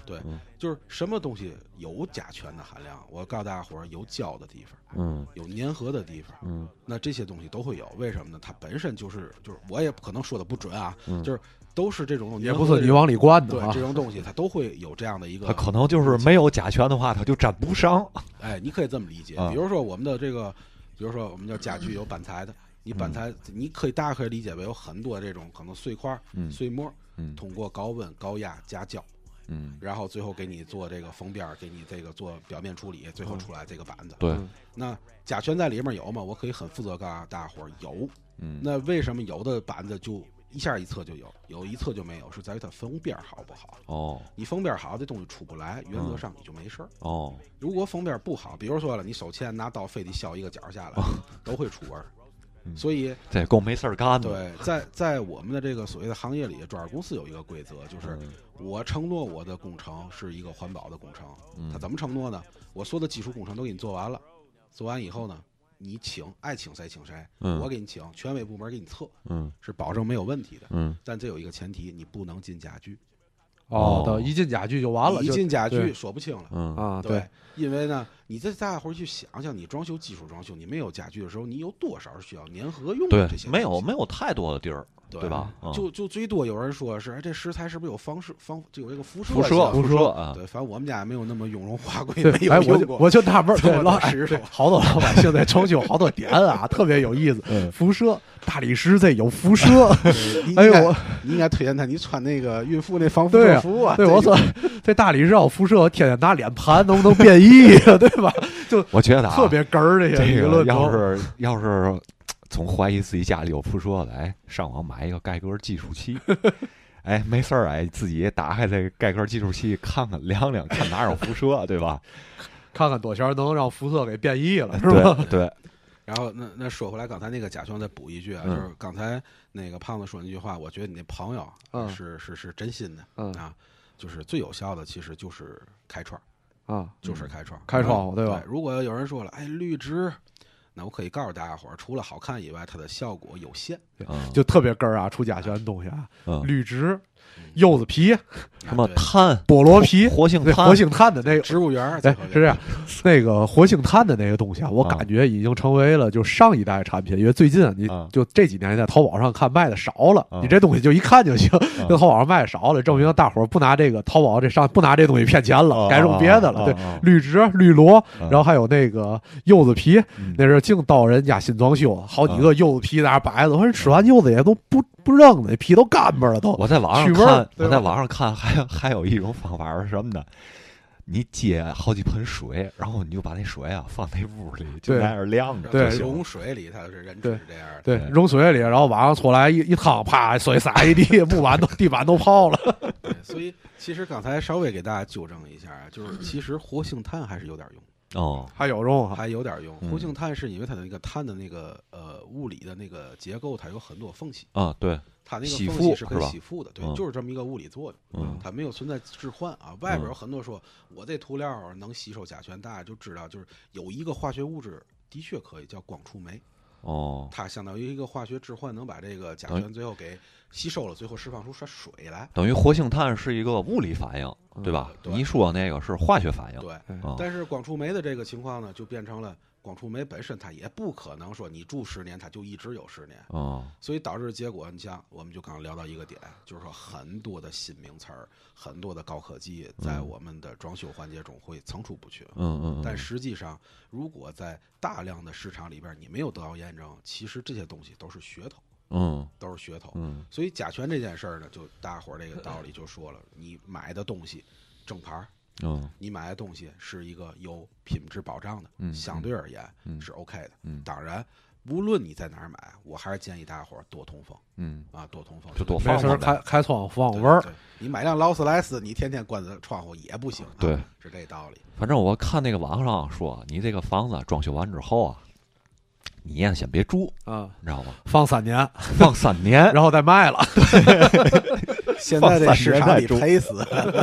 对，就是什么东西有甲醛的含量，我告诉大家伙儿，有胶的地方， 嗯， 有粘合的地方， 嗯， 那这些东西都会有。为什么呢？它本身就是就是我也可能说的不准啊， 嗯、 就是都是这种也不是你往里灌的、 啊，对这种东西它都会有这样的一个。 它可能就是没有甲醛的话，它就沾不上。 哎，你可以这么理解。 啊、 比如说我们的这个，比如说我们叫家具有板材的。你板材，嗯、你可以大家可以理解为有很多这种可能碎块、嗯、碎末， 嗯， 通过高温高压加胶， 嗯， 然后最后给你做这个封边，给你这个做表面处理，最后出来这个板子。 对， 那甲醛在里面有吗？我可以很负责告诉大家伙儿有。 嗯， 那为什么有的板子就一下一侧就有，有一侧就没有？是在于它封边好不好？ 哦， 你封边好，这东西出不来，原则上你就没事儿。 嗯、哦， 如果封边不好，比如说了，你手欠拿刀非得削一个角下来，都会出味儿。所以这够没事儿干的。 对，在在我们的这个所谓的行业里，装饰公司有一个规则，就是我承诺我的工程是一个环保的工程。 嗯、 他怎么承诺呢？我所有的基础工程都给你做完了，做完以后呢，你请爱请谁请谁， 嗯、 我给你请，权威部门给你测， 嗯， 是保证没有问题的。 嗯， 但这有一个前提，你不能进家具。 哦，对，一进家具就完了， 一进家具说不清了。 嗯啊， 对。对因为呢，你这大家伙去想想，你装修基础装修，你没有家具的时候，你有多少需要粘合用的这些？ 没有，没有太多的地儿， 对, 对吧？ 嗯、就就最多有人说是，哎，这石材是不是有放射放就有一个辐射？ 辐射，辐射啊！对，反正我们家也没有那么雍容华贵，没有哎，我就我就纳闷，对老石头， 好多老百姓在装修好多点啊，特别有意思。 嗯、 辐射，大理石这有辐射。哎呦，我你应该推荐他，你穿那个孕妇那防辐射服啊。 对我说，这大理石要辐射，天天拿脸盘，能不能变异啊？对吧？就我觉得啊， 特别哏儿这些这个要是要是总怀疑自己家里有辐射的，哎，上网买一个盖格计数器，哎，没事儿，哎，自己打开这个盖格计数器看看量量，看哪有辐射，对吧？ 看看多少能让辐射给变异了，是吧？ 对。对然后那那说回来，刚才那个甲醛再补一句啊， 嗯、 就是刚才那个胖子说那句话，我觉得你那朋友、嗯、是是是真心的、 嗯、 啊，就是最有效的其实就是开窗啊， 就是开窗， 开窗户对吧？ 对，如果有人说了，哎，绿植，那我可以告诉大家伙儿，除了好看以外，它的效果有限， 嗯、就特别根儿啊，出甲醛的东西啊， 嗯、 绿植。柚子皮， 什么碳、 菠萝皮、 活性炭、 活性炭的那个植物园， 哎，是这样，那个活性炭的那个东西啊，我感觉已经成为了就上一代产品，因为最近你就这几年在淘宝上看卖的少了，你这东西就一看就行，在淘宝上卖的少了，证明大伙儿不拿这个淘宝这上不拿这东西骗钱了，该用别的了。对，绿植、绿萝，然后还有那个柚子皮，那是净到人家新装修，好几个柚子皮在那摆着，我说吃完柚子也都不不扔了，皮都干巴了都。 我在网上看，我在网上看，还有还有一种方法是什么呢？你接好几盆水，然后你就把那水啊放那屋里，就在那儿晾着， 对， 溶水里它是人质这样的， 对，溶水里，然后晚上出来一一趟，啪，水洒一地，木板都地板都泡了。 对，所以其实刚才稍微给大家纠正一下，就是其实活性炭还是有点用。 哦， 还有用， 还有点用。活性炭是因为它的那个碳的那个呃物理的那个结构，它有很多缝隙啊，对， 它那个缝隙是可以吸附的，对， 嗯、 就是这么一个物理作用， 嗯， 它没有存在置换啊。外边有很多说我这涂料能吸收甲醛，大家就知道，就是有一个化学物质的确可以叫光触媒。 哦， 它相当于一个化学置换，能把这个甲醛最后给吸收了，最后释放出水来。 等于活性炭是一个物理反应，对吧？ 嗯、对你说那个是化学反应。 对， 嗯、 但是光触媒的这个情况呢，就变成了光触媒本身它也不可能说你住十年它就一直有十年。 哦， 所以导致结果，你像我们就刚刚聊到一个点，就是说很多的新名词儿，很多的高科技在我们的装修环节中会层出不穷。 嗯嗯。 但实际上，如果在大量的市场里边你没有得到验证，其实这些东西都是噱头。 嗯， 都是噱头。 嗯， 所以甲醛这件事儿呢，就大伙儿这个道理就说了，你买的东西正牌， 嗯， 你买的东西是一个有品质保障的， 嗯， 相对而言， 嗯， 是 OK 的。 嗯， 当然，无论你在哪儿买，我还是建议大伙儿多通风。 嗯， 啊，多通风， 就多放风。开开窗户放味儿。 你买辆劳斯莱斯，你天天关着窗户也不行。 对， 啊，是这道理。 反正我看那个网上说，你这个房子装修完之后啊。你呀，先别住啊， 你知道吗？ 放三年， 放三年， 然后再卖了。 现在这市场里赔死。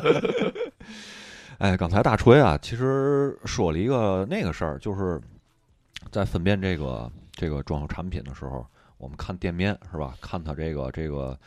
哎，刚才大锤啊，其实说了一个那个事儿，就是在分辨这个这个装修产品的时候，我们看店面是吧？看它这个这个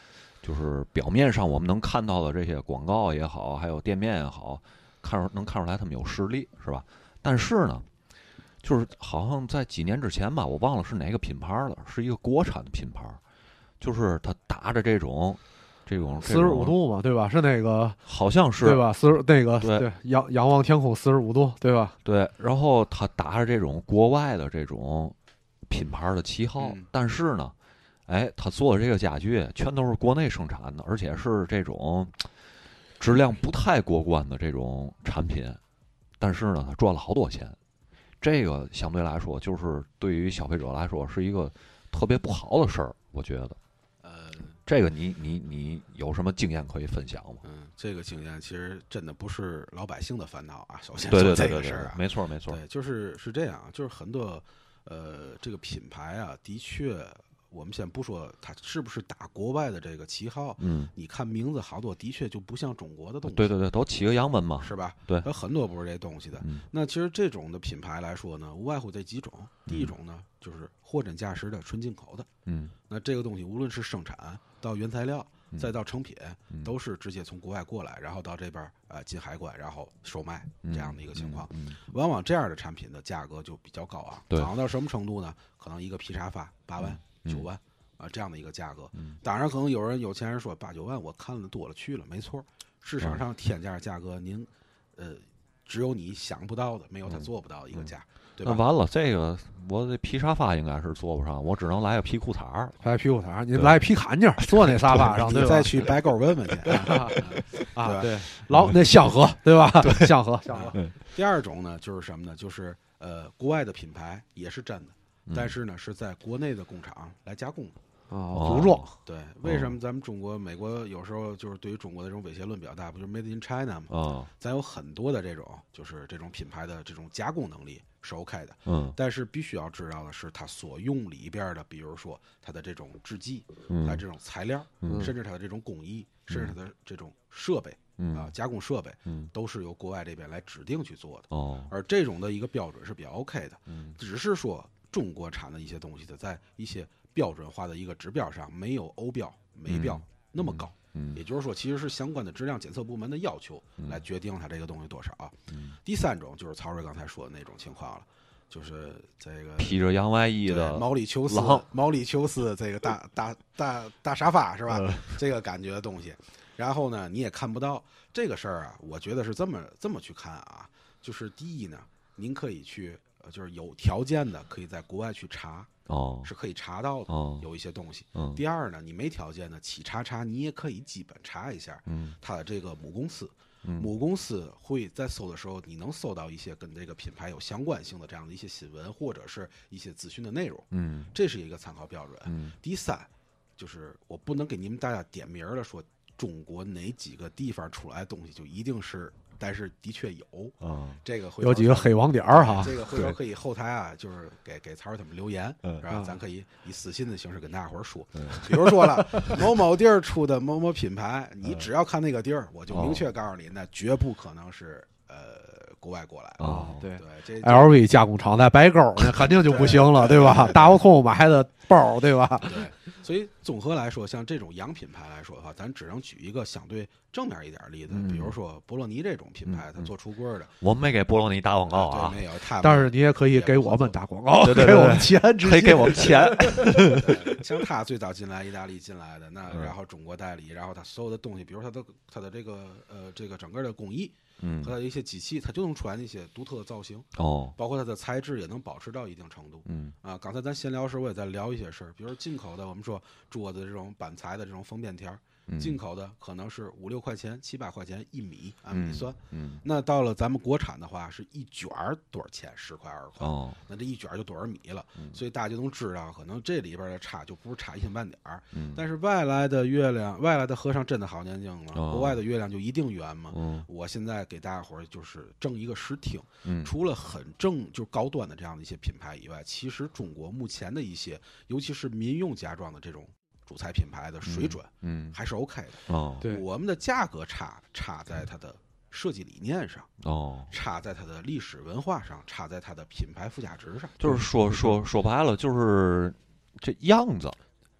就是表面上我们能看到的这些广告也好，还有店面也好，看出能看出来他们有实力，是吧？但是呢，就是好像在几年之前吧，我忘了是哪个品牌了，是一个国产的品牌，就是他打着这种这种四十五度嘛，对吧？是那个， 好像是对吧？四十那个对对，仰仰望天空四十五度，对吧？ 对，然后他打着这种国外的这种品牌的旗号， 嗯、 但是呢。哎，他做的这个家具全都是国内生产的，而且是这种质量不太过关的这种产品，但是呢，他赚了好多钱。这个相对来说，就是对于消费者来说是一个特别不好的事儿，我觉得。 呃， 这个你你你有什么经验可以分享吗？ 嗯，这个经验其实真的不是老百姓的烦恼啊。首先对对说对对对， 这个事儿啊， 没错没错， 对，就是是这样，就是很多呃这个品牌啊，的确。我们先不说它是不是打国外的这个旗号， 嗯， 你看名字好多的确就不像中国的东西， 对对对，都起个洋文嘛， 是吧？ 对， 有很多不是这东西的。 嗯、 那其实这种的品牌来说呢，无外乎这几种。第一种呢，就是货真价实的纯进口的， 嗯， 那这个东西无论是生产到原材料， 嗯、 再到成品， 嗯、 都是直接从国外过来，然后到这边呃进海关，然后售卖这样的一个情况。 嗯嗯嗯、 往往这样的产品的价格就比较高昂，涨到什么程度呢？可能一个劈叉发八万、 嗯、 九万。啊，这样的一个价格， 嗯、 当然可能有人有钱人说八九万，我看了多了去了，没错，市场上天价价格您，呃，只有你想不到的，没有他做不到的一个价， 嗯、 对吧？ 那完了，这个我这皮沙发应该是做不上，我只能来个皮裤衩儿， 来皮裤衩儿，你来皮坎肩坐那沙发上， 你再去白沟问问去啊，对，老那香河，对吧？ 对， 香河，香河。 第二种呢，就是什么呢？就是呃，国外的品牌也是真的。但是呢，是在国内的工厂来加工的。 哦，组装。 对，为什么咱们中国、美国有时候就是对于中国的这种威胁论比较大，不就是 Made in China 吗？ 哦， 咱有很多的这种就是这种品牌的这种加工能力是 OK 的。 嗯。 但是必须要知道的是，它所用里边的，比如说它的这种制剂、 嗯、 它这种材料， 嗯、 甚至它的这种工艺，嗯、甚至它的这种设备。 嗯啊，加工设备， 嗯， 都是由国外这边来指定去做的。 哦， 而这种的一个标准是比较 OK 的。 嗯， 只是说中国产的一些东西的，在一些标准化的一个指标上，没有欧标、美标那么高。 嗯， 也就是说，其实是相关的质量检测部门的要求来决定它这个东西多少。 嗯， 第三种就是曹瑞刚才说的那种情况了。就是这个披着洋外衣的毛里求斯，毛里求斯这个大大大大沙发是吧？嗯、这个感觉的东西，然后呢，你也看不到这个事儿啊。我觉得是这么这么去看啊，就是第一呢，您可以去，就是有条件的可以在国外去查， 哦， 是可以查到的， 哦， 有一些东西。 嗯。 第二呢，你没条件的起查查，你也可以基本查一下， 嗯， 它的这个母公司。 嗯、 母公司会在搜的时候，你能搜到一些跟这个品牌有相关性的这样的一些新闻或者是一些资讯的内容， 嗯， 这是一个参考标准。 嗯， 第三，就是我不能给你们大家点名了，说中国哪几个地方出来的东西就一定是，但是的确有啊、 嗯，这个有几个黑网点儿哈， 这个回头可以后台啊，就是给给曹儿他们留言， 嗯、 是吧？咱可以以私信的形式跟大家伙儿说， 嗯、 比如说了某某地儿出的某某品牌，你只要看那个地儿，我就明确告诉你，那绝不可能是呃国外过来的。 哦， 对对，这 L V 加工厂在白沟，那肯定就不行了，对吧？大悟空买的包，对吧？ 对，所以综合来说，像这种洋品牌来说的话，咱只能举一个相对正面一点例子， 嗯、 比如说波洛尼这种品牌， 嗯、 它做橱柜的。 我们没给波洛尼打广告啊， 对，没有，他但是你也可以给我们打广告， 对对对， 给我们钱， 可以给我们钱。 像他最早进来意大利进来的，那然后中国代理，然后他所有的东西，比如他的他的这个呃这个整个的工艺。 嗯， 和它的一些机器，它就能出来那些独特的造型哦， 包括它的材质也能保持到一定程度。 嗯啊，刚才咱闲聊时我也在聊一些事儿，比如进口的，我们说桌子这种板材的这种封边条， 嗯、 进口的可能是五六块钱、七八块钱一米，按米算。 嗯，嗯那到了咱们国产的话，是一卷儿多少钱？十块二十块。 哦， 那这一卷就多少米了？ 嗯、 所以大家就能知道，可能这里边的差就不是差一星半点儿。 嗯， 但是外来的月亮，外来的和尚真的好念经吗？ 哦、 国外的月亮就一定圆吗？ 嗯， 我现在给大家伙儿就是正一个实听。 嗯， 除了很正就高端的这样的一些品牌以外，其实中国目前的一些，尤其是民用家装的这种主材品牌的水准， 嗯， 还是 OK 的。 哦， 对， 我们的价格差差在它的设计理念上， 哦， 差在它的历史文化上，差在它的品牌附加值上。 就是说说说白了，就是这样子。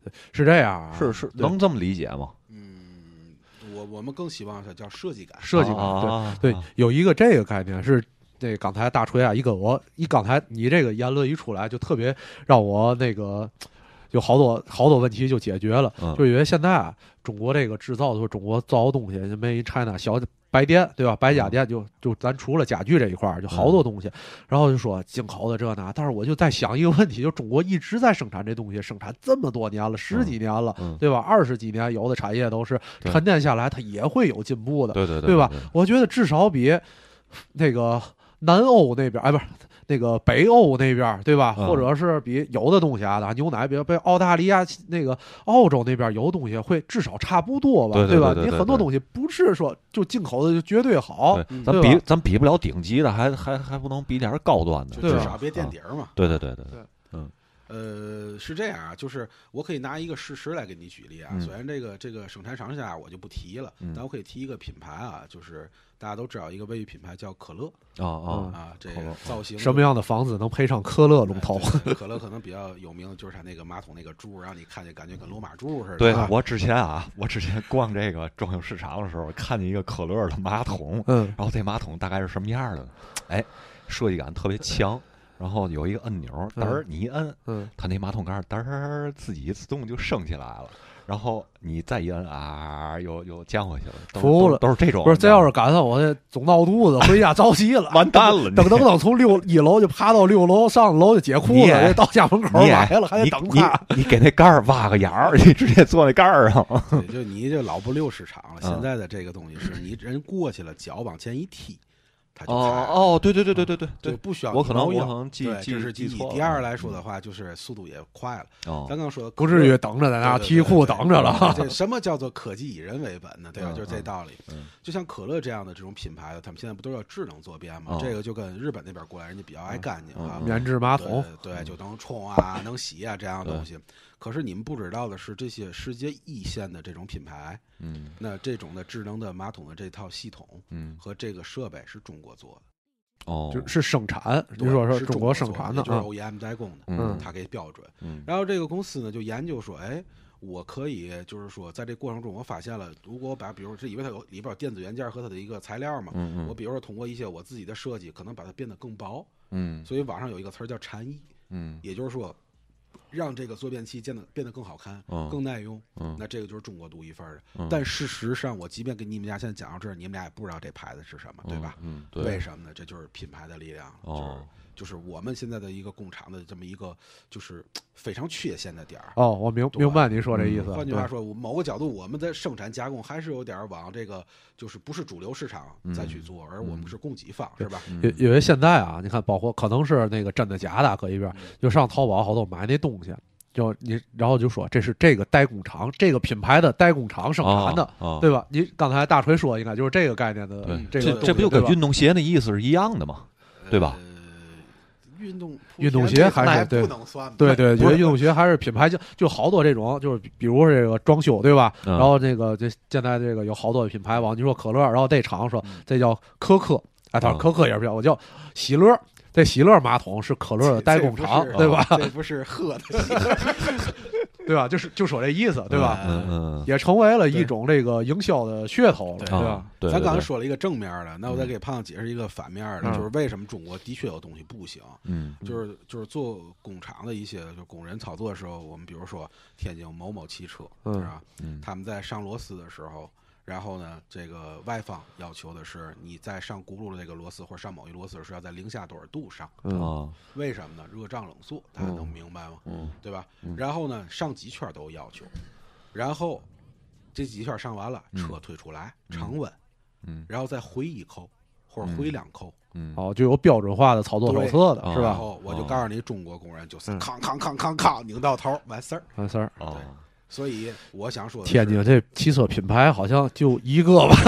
是这样啊， 是是能这么理解吗？ 嗯，我我们更希望它叫设计感， 设计感， 啊、 对对，有一个这个概念是。这刚才大锤啊，一跟我一刚才你这个言论一出来，就特别让我那个有好多好多问题就解决了， 嗯、 就因为现在啊，中国这个制造的说中国造的东西，就 Made in China 小白电对吧？白家电就就咱除了家具这一块就好多东西，嗯、然后就说进口的这那，但是我就在想一个问题，就中国一直在生产这东西，生产这么多年了，十几年了， 嗯、 对吧？二十几年，有的产业都是沉淀下来，它也会有进步的， 对对对， 对吧？我觉得至少比那个。南欧那边，哎，不是那个北欧那边，对吧？ 嗯、 或者是比有的东西啊，牛奶，比如被澳大利亚、那个澳洲那边有的东西会至少差不多吧， 对对对对吧？你很多东西不是说就进口的就绝对好， 对咱比咱比不了顶级的，还还还不能比点高端的， 至少别垫底儿嘛。 对对对对对， 嗯。 呃，是这样啊，就是我可以拿一个事实来给你举例啊。 嗯、 虽然这个这个生产厂家我就不提了， 嗯、 但我可以提一个品牌啊，就是大家都知道一个卫浴品牌叫可乐啊啊啊，这个造型什么样的房子能配上可乐龙头？ 哎、可乐可能比较有名的就是它那个马桶那个珠，让你看见感觉跟罗马珠似的。 对，我之前啊，我之前逛这个装修市场的时候，看见一个可乐的马桶， 嗯， 然后这马桶大概是什么样的？哎，设计感特别强。然后有一个按钮，嘚儿你一摁， 嗯， 它那马桶盖嘚儿自己自动就升起来了。然后你再一摁啊，又又降回去了。 服了， 都是这种。 不是，这要是赶上我这总闹肚子，回家着急了， 完蛋了。 等等等，从六一楼就爬到六楼，上楼就解裤子，到家门口来了，还得等他。 你给那盖儿挖个眼儿，你直接坐那盖儿上。 对，就你这老不溜市场了。现在的这个东西是你人过去了，脚往前一踢。 哦哦，对对对对对对对，不需要我可能我可能记记是记错。 第二来说的话，就是速度也快了。 哦， 咱刚说不至于等着在那提裤等着了。 这什么叫做科技以人为本呢？对吧？就是这道理。就像可乐这样的这种品牌的，他们现在不都要智能坐便吗？这个就跟日本那边过来，人家比较爱干净啊， 免治马桶， 对，就能冲啊，能洗啊这样的东西。可是你们不知道的是，这些世界一线的这种品牌， 嗯， 那这种的智能的马桶的这套系统， 嗯， 和这个设备是中国做的， 哦， 就是生产，你说说中国生产的， 就是 O E M 代工的， 嗯， 它给标准， 嗯， 然后这个公司呢就研究说，哎，我可以就是说，在这过程中我发现了，如果我把比如这因为它有里边有电子元件和它的一个材料嘛， 嗯嗯， 我比如说通过一些我自己的设计，可能把它变得更薄， 嗯， 所以网上有一个词儿叫禅意， 嗯， 也就是说。让这个坐便器变得变得更好看， 嗯、 更耐用， 嗯， 那这个就是中国独一份的。 嗯、 但事实上，我即便跟你们家现在讲到这儿，你们俩也不知道这牌子是什么，对吧？ 嗯，对。 为什么呢？这就是品牌的力量， 哦、 就是就是我们现在的一个工厂的这么一个就是非常缺陷的点儿。 哦，我明明白你说这意思。 换句话说，某个角度，我们在生产加工还是有点往这个就是不是主流市场再去做， 嗯、 而我们是供给方，是吧？ 因因为现在啊，你看，包括可能是那个真的假的搁一边，就上淘宝好多买那东西。就你，然后就说这是这个代工厂，这个品牌的代工厂生产的， 哦哦、 对吧？你刚才大锤说，应该就是这个概念的。 这个这不就跟运动鞋的意思是一样的吗？对吧？ 呃、运动运动鞋还是对， 不能算对对，觉得运动鞋还是品牌就就好多这种，就是比如这个装修，对吧？ 嗯、 然后这个这现在这个有好多品牌网，你说可乐，然后这厂说这叫可可，哎，他说可可也不叫，我叫喜乐。这喜乐马桶是可乐的代工厂，对吧？ 这不是喝的喜乐， 对吧？就是就说这意思，对吧？ 嗯嗯， 也成为了一种这个营销的噱头了，对吧？ 对， 咱刚才说了一个正面的，那我再给胖子解释一个反面的，就是为什么中国的确有东西不行。 嗯， 就是就是做工厂的一些就工人操作的时候，我们比如说天津某某汽车，是吧？ 嗯， 他们在上螺丝的时候。然后呢，这个外方要求的是你在上轱辘的这个螺丝或者上某一螺丝是要在零下多少度上？ 嗯， 为什么呢？热胀冷缩，大家能明白吗？ 嗯， 对吧？ 嗯、 然后呢，上几圈都有要求，然后这几圈上完了，车推出来常温， 嗯， 然后再回一扣或者回两扣， 嗯， 哦，就有标准化的操作手册的是吧？ 然后我就告诉你，中国工人就是康康康康康拧到头完事儿， 完事儿。 哦。 所以我想说， 天津这汽车品牌好像就一个吧，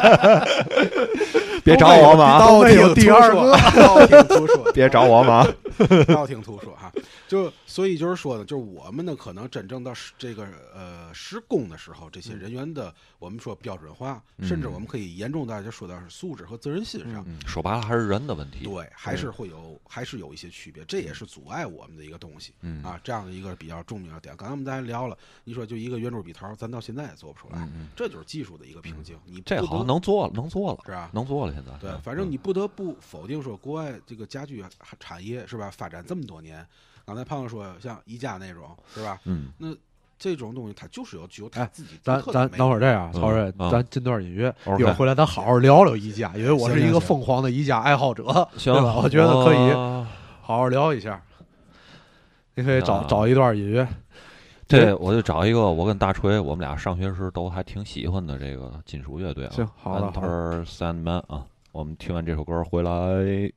别找我嘛， 都没有第二个， 别找我嘛。 道听途说哈。就所以就是说呢，就是我们呢可能真正到这个呃施工的时候，这些人员的我们说标准化， 嗯、 甚至我们可以严重大家说到是素质和责任心上， 嗯、说白了还是人的问题。 对，还是会有，还是有一些区别，这也是阻碍我们的一个东西。 嗯啊，这样的一个比较重要的点。刚才我们大家聊了，你说就一个圆珠笔头，咱到现在也做不出来， 嗯、 这就是技术的一个瓶颈。你这好像能做了，能做了， 是吧？ 能做了，现在。 对，反正你不得不否定说，国外这个家居产业是吧，发展这么多年。刚才胖子说，像宜家那种是吧？ 嗯， 那这种东西它就是有具有它自己咱咱等会儿这样，曹睿， 嗯、 咱进段音乐， 嗯、 一会儿回来咱好好聊聊宜家，因为我是一个疯狂的宜家爱好者， 行对吧？我觉得可以好好聊一下。你可以找、啊、找一段音乐。 这我就找一个，我跟大锤，我们俩上学时都还挺喜欢的这个金属乐队啊。 行，好的。 Enter Sandman 啊，我们听完这首歌回来。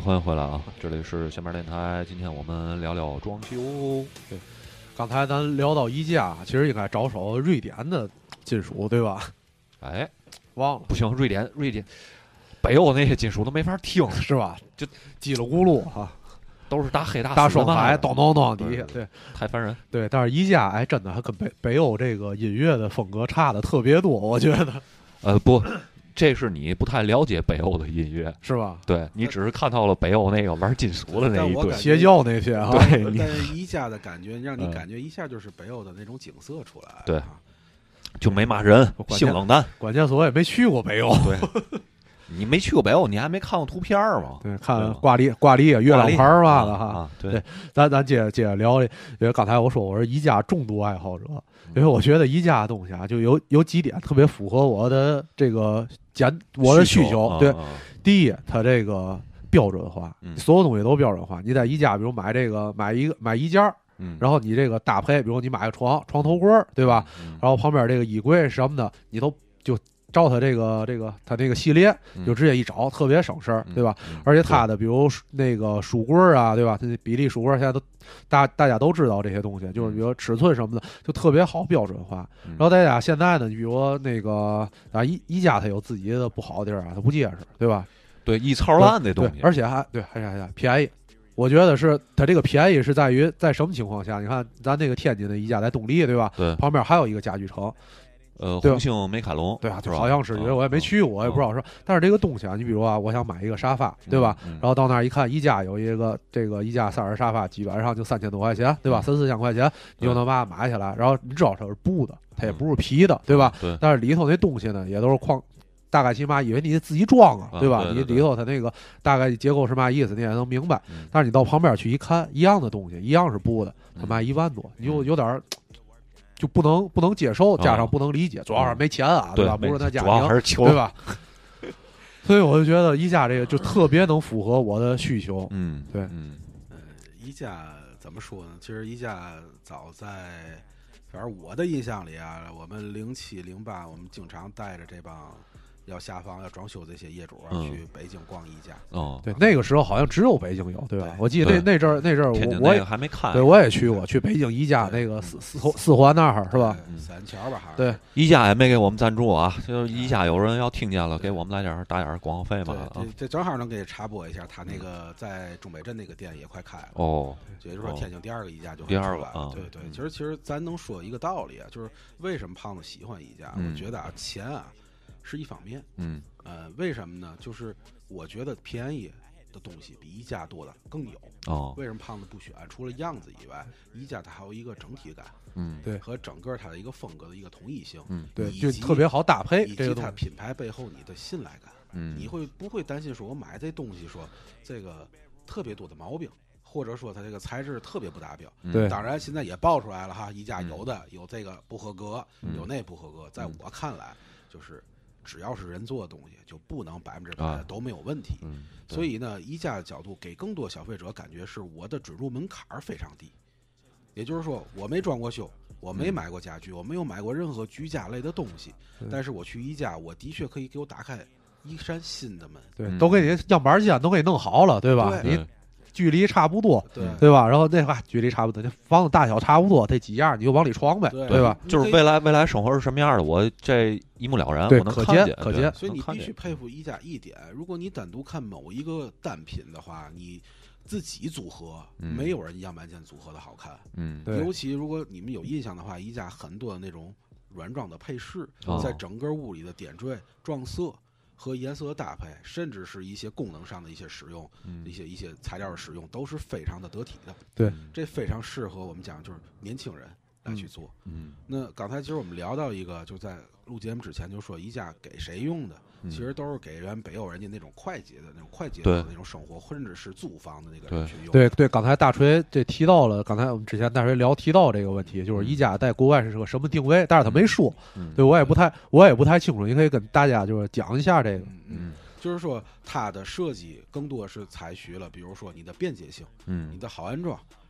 欢迎回来啊！这里是下面电台，今天我们聊聊装修。 对，刚才咱聊到宜家，其实应该找首瑞典的金属，对吧？ 哎， 忘了， 不行，瑞典，瑞典，北欧那些金属都没法听， 是吧？ 就叽里咕噜哈， 都是大黑大大双海，咚咚咚底下，对， 太烦人。 对，但是宜家哎，真的还跟北北欧这个音乐的风格差的特别多，我觉得。 呃，不。这是你不太了解北欧的音乐， 是吧？ 对你只是看到了北欧那个玩金属的那一对邪教那些啊。 对， 但是宜家的感觉让你感觉一下就是北欧的那种景色出来。 对，就没骂人，性冷淡。 关键是我也没去过北欧。 对，你没去过北欧，你还没看过图片吗？ 对，看挂历挂历月亮牌嘛的哈。对，咱咱接着接着聊，因为刚才我说我是宜家重度爱好者。因为我觉得宜家的东西啊，就有有几点特别符合我的这个简我的需求。 需求对， 啊啊第一，它这个标准化， 嗯、 所有东西都标准化。你在宜家，比如买这个买一个买衣架， 嗯， 然后你这个搭配，比如你买个床床头柜，对吧？ 嗯、 然后旁边这个衣柜什么的，你都就照它这个这个它这个系列，就直接一找，特别省事儿，对吧？ 嗯、 而且它的比如那个书柜啊，对吧？它比例书柜现在都大大家都知道这些东西，就是比如尺寸什么的，就特别好标准化。然后大家现在呢，你比如说那个啊宜宜家它有自己的不好的地儿啊，它不结实，对吧？ 对，一糙烂的东西， 而且还对，还是还便宜。我觉得是它这个便宜是在于在什么情况下？你看咱那个天津的宜家在东丽，对吧？ 对， 旁边还有一个家具城。 呃，红星美凯龙， 对啊，就好像是，因为我也没去过，我也不知道说。但是这个东西啊，你比如啊，我想买一个沙发，对吧？然后到那儿一看，宜家有一个这个宜家三人沙发，基本上就三千多块钱，对吧？三四千块钱你就能把它买下来。然后你知道它是布的，它也不是皮的，对吧？ 对。 但是里头那东西呢，也都是矿，大概起码以为你自己装啊，对吧？你里头它那个大概结构是嘛意思，你也能明白。但是你到旁边去一看，一样的东西，一样是布的，它卖一万多，你就有点。就不能不能接受，加上不能理解，主要是没钱啊，对吧？不是他家庭， 主要还是穷， 对吧？所以我就觉得宜家这个就特别能符合我的需求。 嗯， 对， 嗯，呃，宜家怎么说呢？其实宜家早在，反正我的印象里啊，我们零七零八，我们经常带着这帮要下房要装修这些业主啊， 嗯、 去北京逛宜家。 哦， 对，那个时候好像只有北京有，对吧？对我记得那那阵儿那阵儿我我也还没看， 对我也去过，去北京宜家那个四四四环那儿是吧？ 三桥吧，还是对， 宜家也没给我们赞助啊，就是宜家有人要听见了，给我们来点打点广告费嘛。 对，这正好能给插播一下，他那个在中北镇那个店也快开了哦， 也就是说天津第二个宜家就第二个啊，对对，其实其实咱能说一个道理啊，就是为什么胖子喜欢宜家？我觉得啊，钱啊是一方面， 嗯。 呃，为什么呢？就是我觉得便宜的东西比宜家多的更有。 哦， 为什么胖子不选？除了样子以外，宜家它还有一个整体感， 嗯， 对， 和整个它的一个风格的一个统一性， 嗯， 对，就特别好搭配， 以及它品牌背后你的信赖感， 嗯， 你会不会担心说我买这东西说这个特别多的毛病？或者说它这个材质特别不达标， 对， 当然现在也爆出来了哈，宜家有的有这个不合格，有那不合格，在我看来就是。只要是人做的东西，就不能百分之百都没有问题。 嗯， 所以呢，宜家的角度给更多消费者感觉是我的准入门槛非常低。也就是说，我没装过修，我没买过家具，我没有买过任何居家类的东西，但是我去宜家，我的确可以给我打开一扇新的门。 对，都给你样板间都给你弄好了，对吧？ 对你。距离差不多， 对对吧？然后那话距离差不多，那房子大小差不多，这几样你就往里装呗， 对, 对吧？ 就是未来未来生活是什么样的，我这一目了然， 对， 我能可看见， 可见。 所以你必须佩服宜家一点，如果你单独看某一个单品的话，你自己组合， 嗯、 没有人样板间组合的好看。 嗯， 尤其如果你们有印象的话，宜家很多的那种软装的配饰， 哦、 在整个屋里的点缀、撞色。和颜色的搭配，甚至是一些功能上的一些使用， 嗯、 一些一些材料的使用，都是非常的得体的。 对， 这非常适合我们讲就是年轻人来去做。 嗯， 那刚才其实我们聊到一个，就在录节目之前就说宜家给谁用的， 嗯、 其实都是给人北欧人家那种快捷的那种快节奏的那种生活，甚至是租房的那个人去用。 对对，刚才大锤这提到了，刚才我们之前大锤聊提到这个问题，就是宜家在国外是个什么定位，但是他没说， 嗯、 对我也不太我也不太清楚，你可以跟大家就是讲一下这个。 嗯嗯。就是说，它的设计更多是采取了，比如说你的便捷性， 嗯， 你的好安装，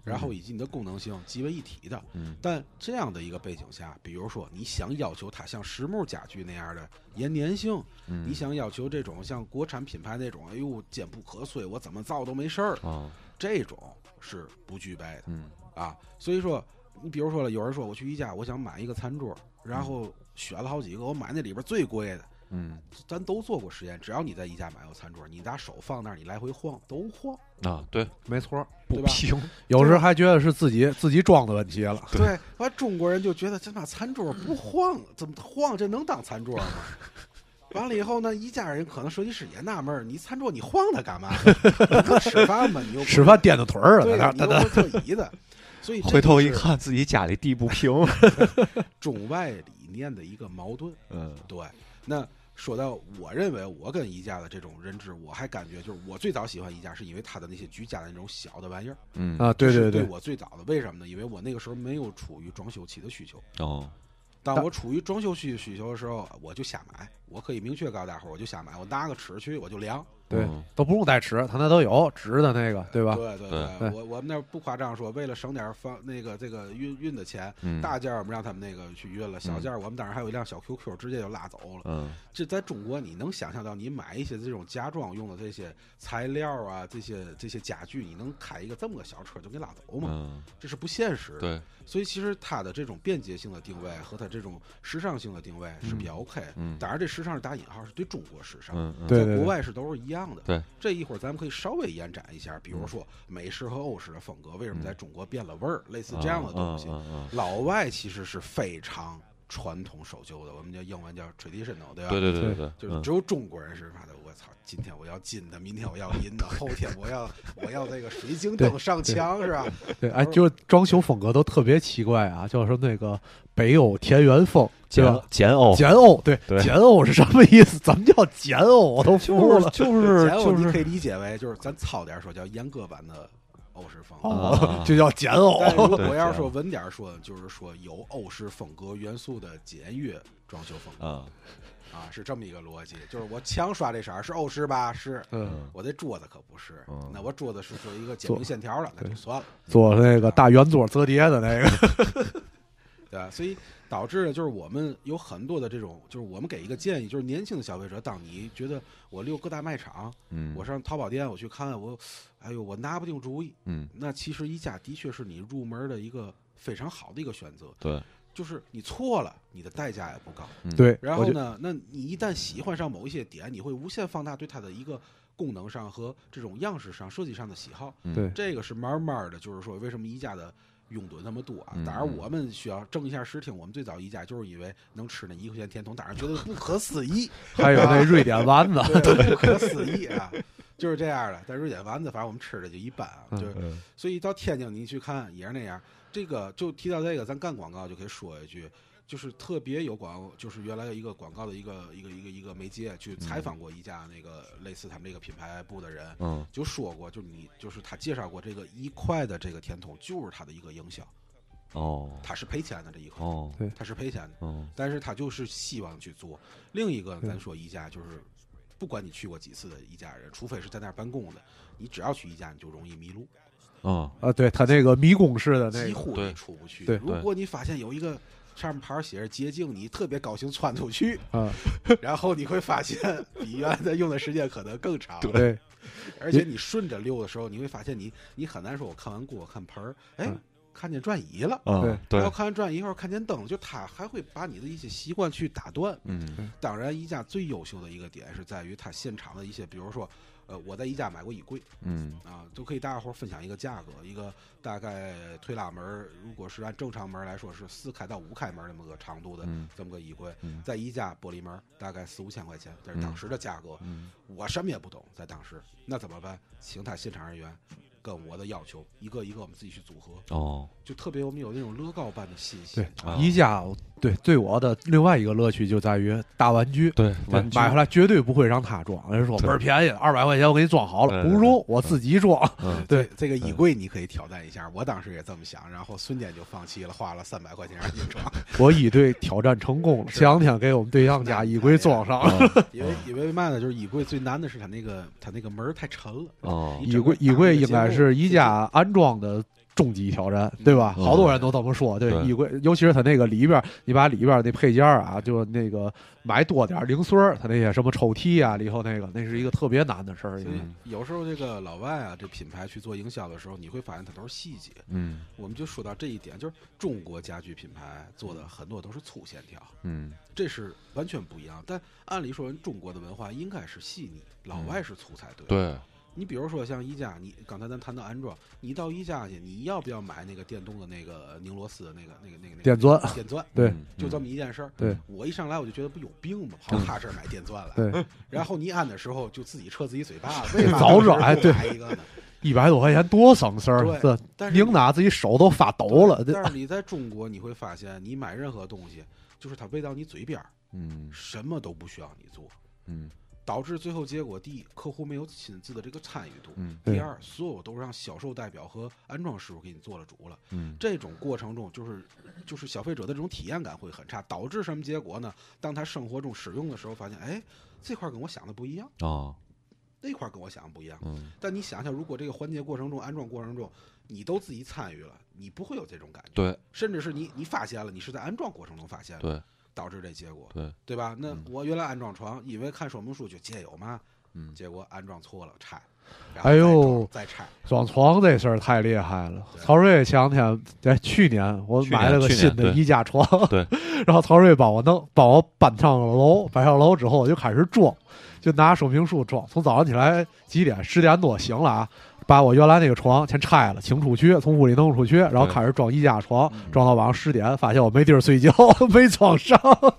然后以及你的功能性集为一体的。 嗯， 但这样的一个背景下，比如说你想要求它像实木家具那样的延年性， 嗯， 你想要求这种像国产品牌那种，哎呦坚不可摧，我怎么造都没事儿， 哦， 这种是不具备的。 嗯啊，所以说你比如说了，有人说我去宜家，我想买一个餐桌，然后选了好几个，我买那里边最贵的。 嗯， 咱都做过实验，只要你在宜家买个餐桌，你拿手放那儿，你来回晃都晃啊，对， 没错， 对吧？ 平， 有时还觉得是自己自己装的问题了。 对，完中国人就觉得这把餐桌不晃，怎么晃这能当餐桌吗？完了以后呢，宜家人可能设计师也纳闷，你餐桌你晃它干嘛？你吃饭嘛，你又吃饭颠着腿儿了， 对， 你又不是坐椅子，所以回头一看自己家里地不平， 中外理念的一个矛盾。 嗯， 对，那。说到我认为我跟宜家的这种认知，我还感觉就是我最早喜欢宜家是因为它的那些居家的那种小的玩意儿。 嗯啊，对对对，对我最早的为什么呢？因为我那个时候没有处于装修期的需求。 哦， 当我处于装修需需求的时候，我就瞎买。我可以明确告诉大伙儿，我就瞎买，我拿个尺去，我就量。 对，都不用带尺，他那都有纸的那个，对吧？ 对对对，我我们那不夸张说，为了省点放那个这个运运的钱， 嗯、 大件我们让他们那个去运了，小件我们当然还有一辆小 Q Q 直接就拉走了。 嗯， 这在中国你能想象到，你买一些这种家装用的这些材料啊，这些这些家具，你能开一个这么个小车就给拉走吗？ 嗯， 这是不现实的。 对， 所以其实它的这种便捷性的定位和它这种时尚性的定位是比较 OK。 嗯， 当然这时尚是打引号，是对中国时尚， 嗯嗯、 在国外是都是一样的。 对， 这一会儿咱们可以稍微延展一下，比如说美式和欧式的风格为什么在中国变了味儿，类似这样的东西。 嗯嗯嗯、 老外其实是非常传统守旧的，我们叫英文叫 traditional， 对吧？ 对对对对， 就是只有中国人是啥的。我操，今天我要金的，明天我要银的，后天我要我要这个水晶灯上墙，是吧？ 对，哎，就装修风格都特别奇怪啊，就是那个北欧田园风，对吧？ 简欧， 简欧，对， 对简欧是什么意思？怎么叫简欧？我都服了。 就是就是， 你可以理解为就是咱糙点说叫阉割版的欧式风格， 哦，就叫简欧。 但如果我要说稳点说，就是说有欧式风格元素的简约装修风格。 啊啊，是这么一个逻辑，就是我墙刷这色儿是欧式吧？是， 嗯， 我这桌子可不是， 嗯、 那我桌子是做一个简明线条的，那就算了。 做那个大圆桌折叠的那个， 对吧？所以导致就是我们有很多的这种，就是我们给一个建议，就是年轻的消费者，当你觉得我溜各大卖场， 嗯， 我上淘宝店我去看，我，哎呦，我拿不定主意， 嗯， 那其实宜家的确是你入门的一个非常好的一个选择， 对。 就是你错了，你的代价也不高。 对， 然后呢，那你一旦喜欢上某一些点，你会无限放大对它的一个功能上和这种样式上、设计上的喜好。 对， 这个是慢慢的，就是说为什么宜家的拥趸那么多啊？当然，我们需要正一下视听。我们最早宜家就是因为能吃那一块钱甜筒，当然觉得不可思议。 还有那瑞典丸子， 对，不可思议啊！就是这样的。但瑞典丸子，反正我们吃的就一般啊。就所以到天津你去看也是那样。这个就提到这个，咱干广告就可以说一句，就是特别有广，就是原来一个广告的一个一个一个一个媒介去采访过一家那个类似他们这个品牌部的人， 嗯， 就说过，就是你就是他介绍过这个一块的这个甜筒就是他的一个营销， 哦， 他是赔钱的这一块， 哦， 对，他是赔钱的， 哦， 但是他就是希望去做。另一个咱说宜家就是。不管你去过几次的宜家人，除非是在那儿办公的，你只要去宜家，你就容易迷路。 啊啊，对他那个迷宫式的那个， 几乎你出不去。 对， 如果你发现有一个上面牌写着捷径，你特别高兴窜出去啊， 然后你会发现比原来用的时间可能更长。 对， 而且你顺着溜的时候，你会发现你你很难说，我看完锅看盆儿，哎。嗯看见转椅了， 对对， 然后看见转椅，一会儿看见灯，就他还会把你的一些习惯去打断。 嗯， 当然，宜家最优秀的一个点是在于它现场的一些，比如说，呃，我在宜家买过衣柜， 嗯啊，都可以大家伙分享一个价格，一个大概推拉门，如果是按正常门来说是四开到五开门那么个长度的这么个衣柜， 嗯、 在宜家玻璃门大概四五千块钱，这是当时的价格。 嗯， 我什么也不懂，在当时，那怎么办？请他现场人员。跟我的要求一个一个我们自己去组合哦， 就特别我们有那种乐高般的新鲜。 对，宜家对对我的另外一个乐趣就在于大玩具， 对，玩具买回来绝对不会让他装，人说倍儿便宜，二百块钱我给你装好了，不如我自己装。对， 这个衣柜你可以挑战一下，我当时也这么想，然后瞬间就放弃了，花了三百块钱让你装。 我一对挑战成功了，前两天给我们对象家衣柜装上了。 因为因为嘛呢，就是衣柜最难的是它那个它那个门太沉了。 哦， 衣柜衣柜应该是宜家安装的终极挑战，对吧？ 嗯、 好多人都这么说，对，衣柜，尤其是它那个里边，你把里边那配件啊，就那个买多点零碎儿，它那些什么抽屉啊，里头那个，那是一个特别难的事儿。 嗯，有时候这个老外啊，这品牌去做营销的时候，你会发现它都是细节。 嗯， 我们就说到这一点，就是中国家具品牌做的很多都是粗线条， 嗯， 这是完全不一样。但按理说，中国的文化应该是细腻，老外是粗才对。 对。 你比如说像宜家，你刚才咱谈到安装，你到宜家去，你要不要买那个电动的那个拧螺丝的那个那个那个那个电钻？ 电钻， 对， 就这么一件事儿。 对， 我一上来我就觉得不有病吗？跑他这儿买电钻来， 对， 然后你安的时候就自己撤自己嘴巴子，为嘛早知道哎，对， 买一个呢？ 一百多块钱多省事儿， 对，但是拧哪自己手都发抖了。 但是你在中国你会发现，你买任何东西，就是它喂到你嘴边儿， 嗯， 什么都不需要你做， 嗯。 导致最后结果，第一，客户没有亲自的这个参与度； 嗯、 第二，所有都让销售代表和安装师傅给你做了主了。 嗯， 这种过程中，就是就是消费者的这种体验感会很差，导致什么结果呢？当他生活中使用的时候，发现，哎，这块跟我想的不一样啊、哦， 那块跟我想的不一样。 嗯， 但你想想，如果这个环节过程中、安装过程中，你都自己参与了，你不会有这种感觉。 对， 甚至是你你发现了，你是在安装过程中发现了。 对。 导致这结果， 对对吧？那我原来安装床，因为看说明书就借有嘛， 嗯， 结果安装错了，拆， 哎呦， 再拆。 装床这事儿太厉害了。曹睿前两天在去年我买了个新的宜家床， 对， 然后曹睿帮我弄，帮我搬上了楼，搬上楼之后我就开始装，就拿说明书装。从早上起来几点？十点多醒了啊。把我原来那个床先拆了，清出去，从屋里弄出去，然后开始装宜家床，装到晚上十点，发现我没地儿睡觉，没装上。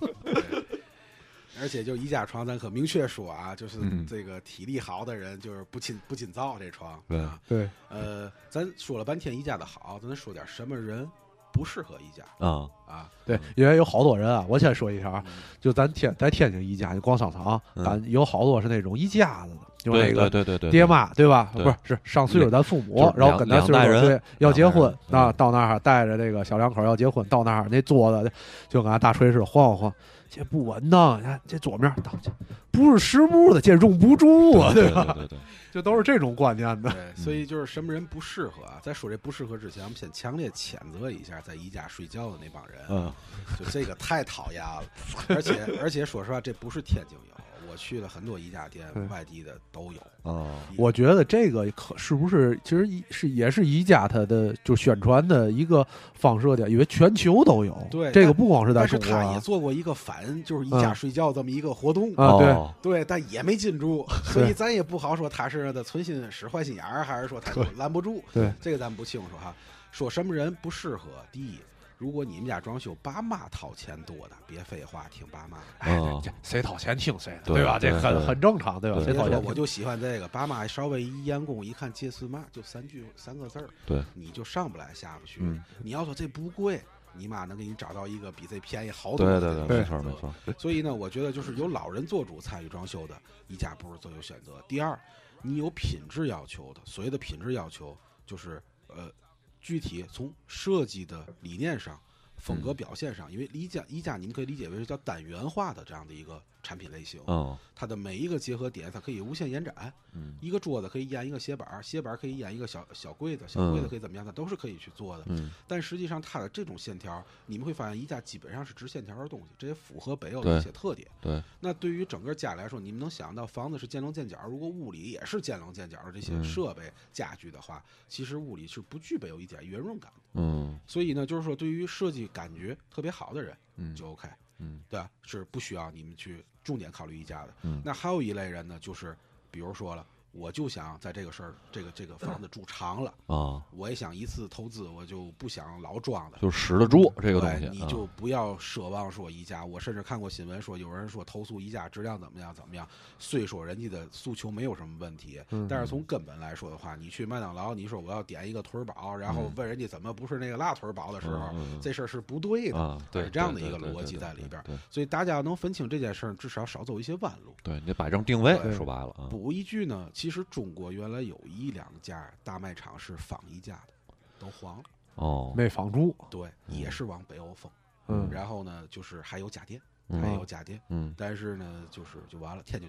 而且就宜家床，咱可明确说啊，就是这个体力好的人就是不禁不禁造这床。 对、 啊、 对， 呃，咱说了半天宜家的好，咱说点什么人不适合宜家啊啊？ 对，因为有好多人啊，我先说一下，就咱天在天津宜家，你逛商场，咱有好多是那种一家子的。就是那个对对对爹妈对吧？ 对不是是上岁数咱父母，然后跟咱岁数对要结婚啊，到那儿带着这个小两口要结婚，到那儿那桌子就跟俺大锤似的晃晃，这不稳当，看这桌面不是实木的，这用不住啊， 对吧？ 对对， 就都是这种观念的。 对，所以就是什么人不适合啊？在说这不适合之前，我们先强烈谴责一下在宜家睡觉的那帮人， 嗯， 就这个太讨厌了，而且而且说实话，这不是天津有。我去了很多宜家店，外地的都有。 哦， 我觉得这个可是不是其实是也是宜家它的就宣传的一个放射点，因为全球都有。 对， 这个不光是在中国， 但是他也做过一个反就是宜家睡觉这么一个活动啊，对、 哦、 对，但也没禁住，所以咱也不好说他是的存心使坏心眼儿，还是说他拦不住。 对， 这个咱不清楚哈。说什么人不适合？第一。如果你们家装修爸妈掏钱多的，别废话，听爸妈。 哎，谁掏钱听谁的， 对吧？这很很正常，对吧？谁掏钱？ 我就喜欢这个，爸妈稍微一言功，一看这是嘛，就三句三个字儿， 对， 你就上不来下不去。 嗯， 你要说这不贵，你妈能给你找到一个比这便宜好多。 对对对，没错没错。 所以呢，我觉得就是有老人做主参与装修的，宜家不是最有选择。第二，你有品质要求的，所谓的品质要求就是呃，具体从设计的理念上。风格表现上，因为宜家宜家你们可以理解为是叫单元化的这样的一个产品类型， 嗯， 它的每一个结合点它可以无限延展， 嗯，一个桌子可以延一个斜板，斜板可以延一个小小柜子，小柜子可以怎么样，它都是可以去做的， 嗯， 但实际上它的这种线条，你们会发现宜家基本上是直线条的东西，这也符合北欧的一些特点， 对， 那对于整个家来说，你们能想到房子是尖棱尖角，如果屋里也是尖棱尖角的这些设备、嗯、家具的话，其实屋里是不具备有一点圆润感的， 嗯， 所以呢，就是说对于设计感觉特别好的人， 嗯， 就 OK， 嗯， 对吧？是不需要你们去重点考虑宜家的。 嗯， 那还有一类人呢，就是比如说了，我就想在这个事儿，这个这个房子住长了啊， 我也想一次投资，我就不想老装的， 就使得住这个东西， 你就不要奢望说宜家。我甚至看过新闻说，有人说投诉宜家质量怎么样怎么样，虽说人家的诉求没有什么问题， 嗯、 但是从根本来说的话，你去麦当劳，你说我要点一个腿堡，然后问人家怎么不是那个辣腿堡的时候， 嗯、 这事儿是不对的， 啊、对， 是这样的一个逻辑在里边。 对， 所以大家能分清这件事儿，至少少走一些弯路。 对，你得摆正定位，说白了啊。 补一句呢，其实中国原来有一两家大卖场是仿宜家的，都黄了。 哦， 没仿住。 对，也是往北欧风。 嗯， 然后呢，就是还有家电， 嗯、 还有家电。 嗯， 但是呢，就是就完了，天津就有。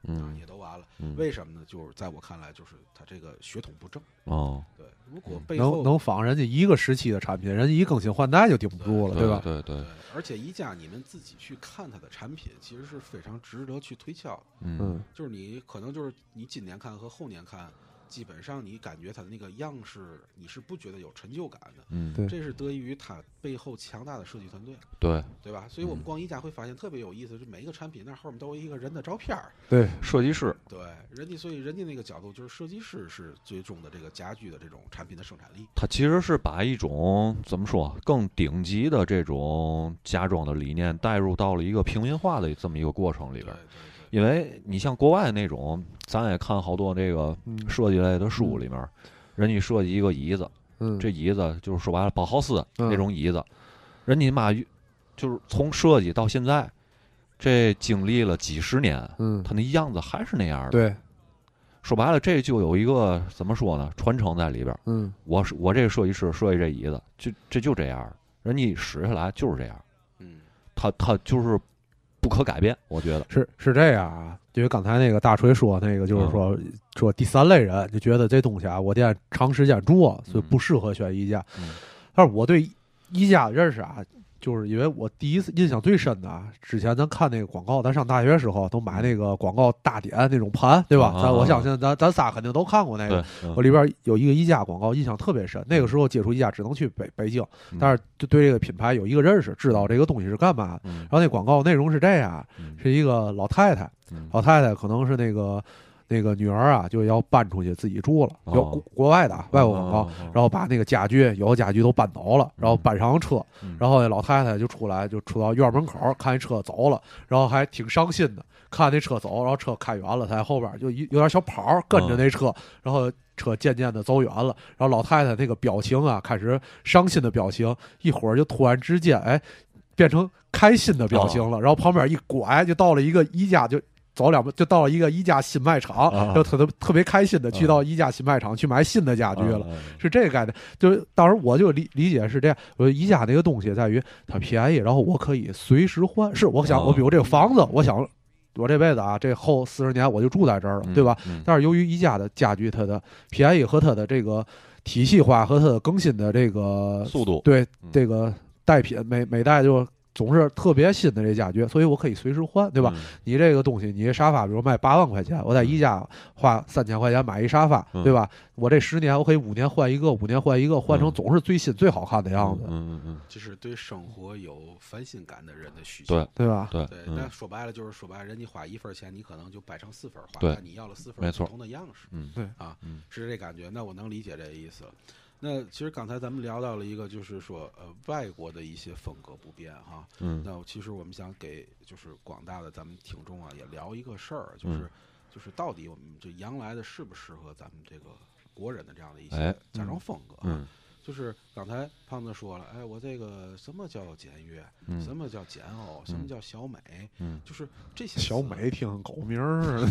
嗯， 也都完了。 嗯、 为什么呢？就是在我看来，就是它这个血统不正。 哦， 对，如果背后能能仿人家一个时期的产品，人家一更新换代就顶不住了， 对吧？ 对对。 对，而且宜家你们自己去看它的产品，其实是非常值得去推敲的。 嗯， 就是你可能就是你今年看和后年看。基本上你感觉它的那个样式，你是不觉得有成就感的， 嗯， 对， 这是得益于它背后强大的设计团队， 对， 对吧？所以我们逛宜家会发现特别有意思，就每一个产品那后面都有一个人的照片， 对， 设计师， 对，人家所以人家那个角度就是设计师是最终的这个家具的这种产品的生产力， 它其实是把一种怎么说更顶级的这种家装的理念带入到了一个平民化的这么一个过程里边。 对对对， 因为你像国外那种，咱也看好多这个设计类的书里面，嗯、人家设计一个椅子， 嗯， 这椅子就是说白了包豪斯、嗯、那种椅子，人家妈就是从设计到现在，这经历了几十年， 嗯， 它那样子还是那样的。 对， 说白了，这就有一个怎么说呢，传承在里边。 嗯， 我是我这个设计师设计这椅子，就这就这样，人家使下来就是这样。 嗯， 他他就是不可改变，我觉得是是这样啊。因为刚才那个大锤说那个，就是说、嗯、说第三类人就觉得这东西啊，我得长时间住，所以不适合选宜家。 嗯、 但是我对宜家的认识啊，就是因为我第一次印象最深的啊，之前咱看那个广告，咱上大学时候都买那个广告大典那种盘，对吧？ 啊、 咱我相信咱咱仨肯定都看过那个。 嗯、 我里边有一个宜家广告，印象特别深。那个时候接触宜家只能去北北京， 嗯、 但是就对这个品牌有一个认识，知道这个东西是干嘛的。 嗯、 然后那广告内容是这样， 嗯、 是一个老太太。老太太可能是那个那个女儿啊，就要搬出去自己住了， 哦、 有国国外的外国广告， 哦、 然后把那个家具有的家具都搬走了，然后搬上车， 嗯、 然后那老太太就出来，就出到院门口看那车走了，然后还挺伤心的，看那车走，然后车开远了，她在后边就有点小跑跟着那车，哦、然后车渐渐的走远了，然后老太太那个表情啊，开始伤心的表情，一会儿就突然之间哎变成开心的表情了， 哦、 然后旁边一拐就到了一个宜家就。走两步就到了一个宜家新卖场， 啊、 就特别特别开心的去到宜家新卖场去买新的家具了， 啊、 是这个概念。就是当时我就理理解是这样，我宜家那个东西在于它便宜，然后我可以随时换。是我想， 啊、 我比如这个房子，我想我这辈子啊，这后四十年我就住在这儿了， 嗯、 对吧？ 嗯、 但是由于宜家的家具，它的便宜和它的这个体系化和它的更新的这个速度， 对、 嗯、 这个代品每每代就。总是特别新的这家具，所以我可以随时换，对吧？ 嗯、 你这个东西，你这沙发，比如卖八万块钱，我在宜家花三千块钱买一沙发， 嗯、 对吧？我这十年，我可以五年换一个，五年换一个，换成总是最新、最好看的样子。 嗯嗯嗯， 这是对生活有翻新感的人的需求， 对对吧？ 对对。那说白了就是说白了，人家花一份钱，你可能就掰成四份花， 对， 但你要了四份不同的样式。 嗯， 对啊，是这感觉。那我能理解这个意思。那其实刚才咱们聊到了一个，就是说，呃，外国的一些风格不变哈。 嗯。 那其实我们想给就是广大的咱们听众啊，也聊一个事儿，就是、 嗯、 就是到底我们这洋来的适不适合咱们这个国人的这样的一些家装风格啊？ 嗯。 就是刚才胖子说了，哎，我这个什么叫简约， 嗯、 什么叫简欧，什么叫小美， 嗯， 就是这些小美听狗名儿。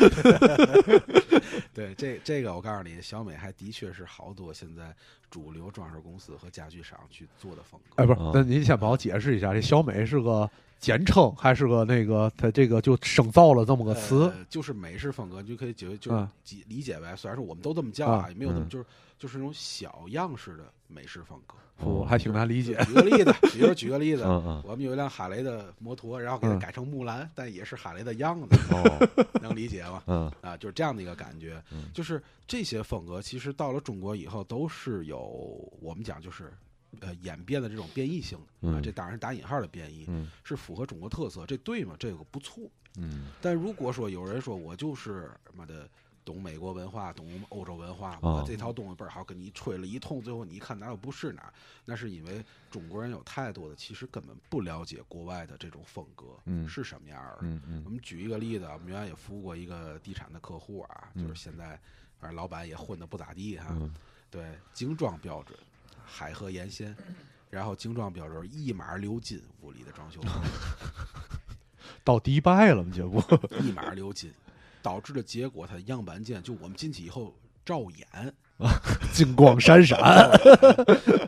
对，这这个我告诉你，小美还的确是好多现在主流装饰公司和家具商去做的风格。 哎，不是，那您先帮我解释一下，这小美是个简称还是个那个它这个就生造了这么个词？ 呃、就是美式风格，你就可以解就是、嗯、理解呗。虽然说我们都这么叫啊，也没有这么、嗯、就是就是那种小样式的美式风格。 我、哦、还挺难理解。 举个例子，比如举个例子， 嗯嗯我们有一辆哈雷的摩托，然后给它改成木兰，嗯、但也是哈雷的样子， 哦、 能理解吗？ 嗯啊，就是这样的一个感觉。 嗯、 就是这些风格，其实到了中国以后，都是有我们讲就是呃演变的这种变异性的、 嗯、 啊，这当然是打引号的变异， 嗯、 是符合中国特色，这对吗？这个不错。 嗯， 但如果说有人说我就是妈的。懂美国文化，懂欧洲文化， 哦、 我这套东西倍儿好，跟你吹了一通，最后你一看哪有不是哪，那是因为中国人有太多的其实根本不了解国外的这种风格、 嗯、 是什么样的。 嗯嗯， 我们举一个例子，我们原来也服务过一个地产的客户啊， 嗯、 就是现在反正老板也混得不咋地哈、 嗯。 对，精装标准，海河沿线，然后精装标准一码鎏金，屋里的装修到迪拜了吗？结果一码鎏金。导致的结果，它的样板间就我们进去以后照眼， 金光闪闪。 他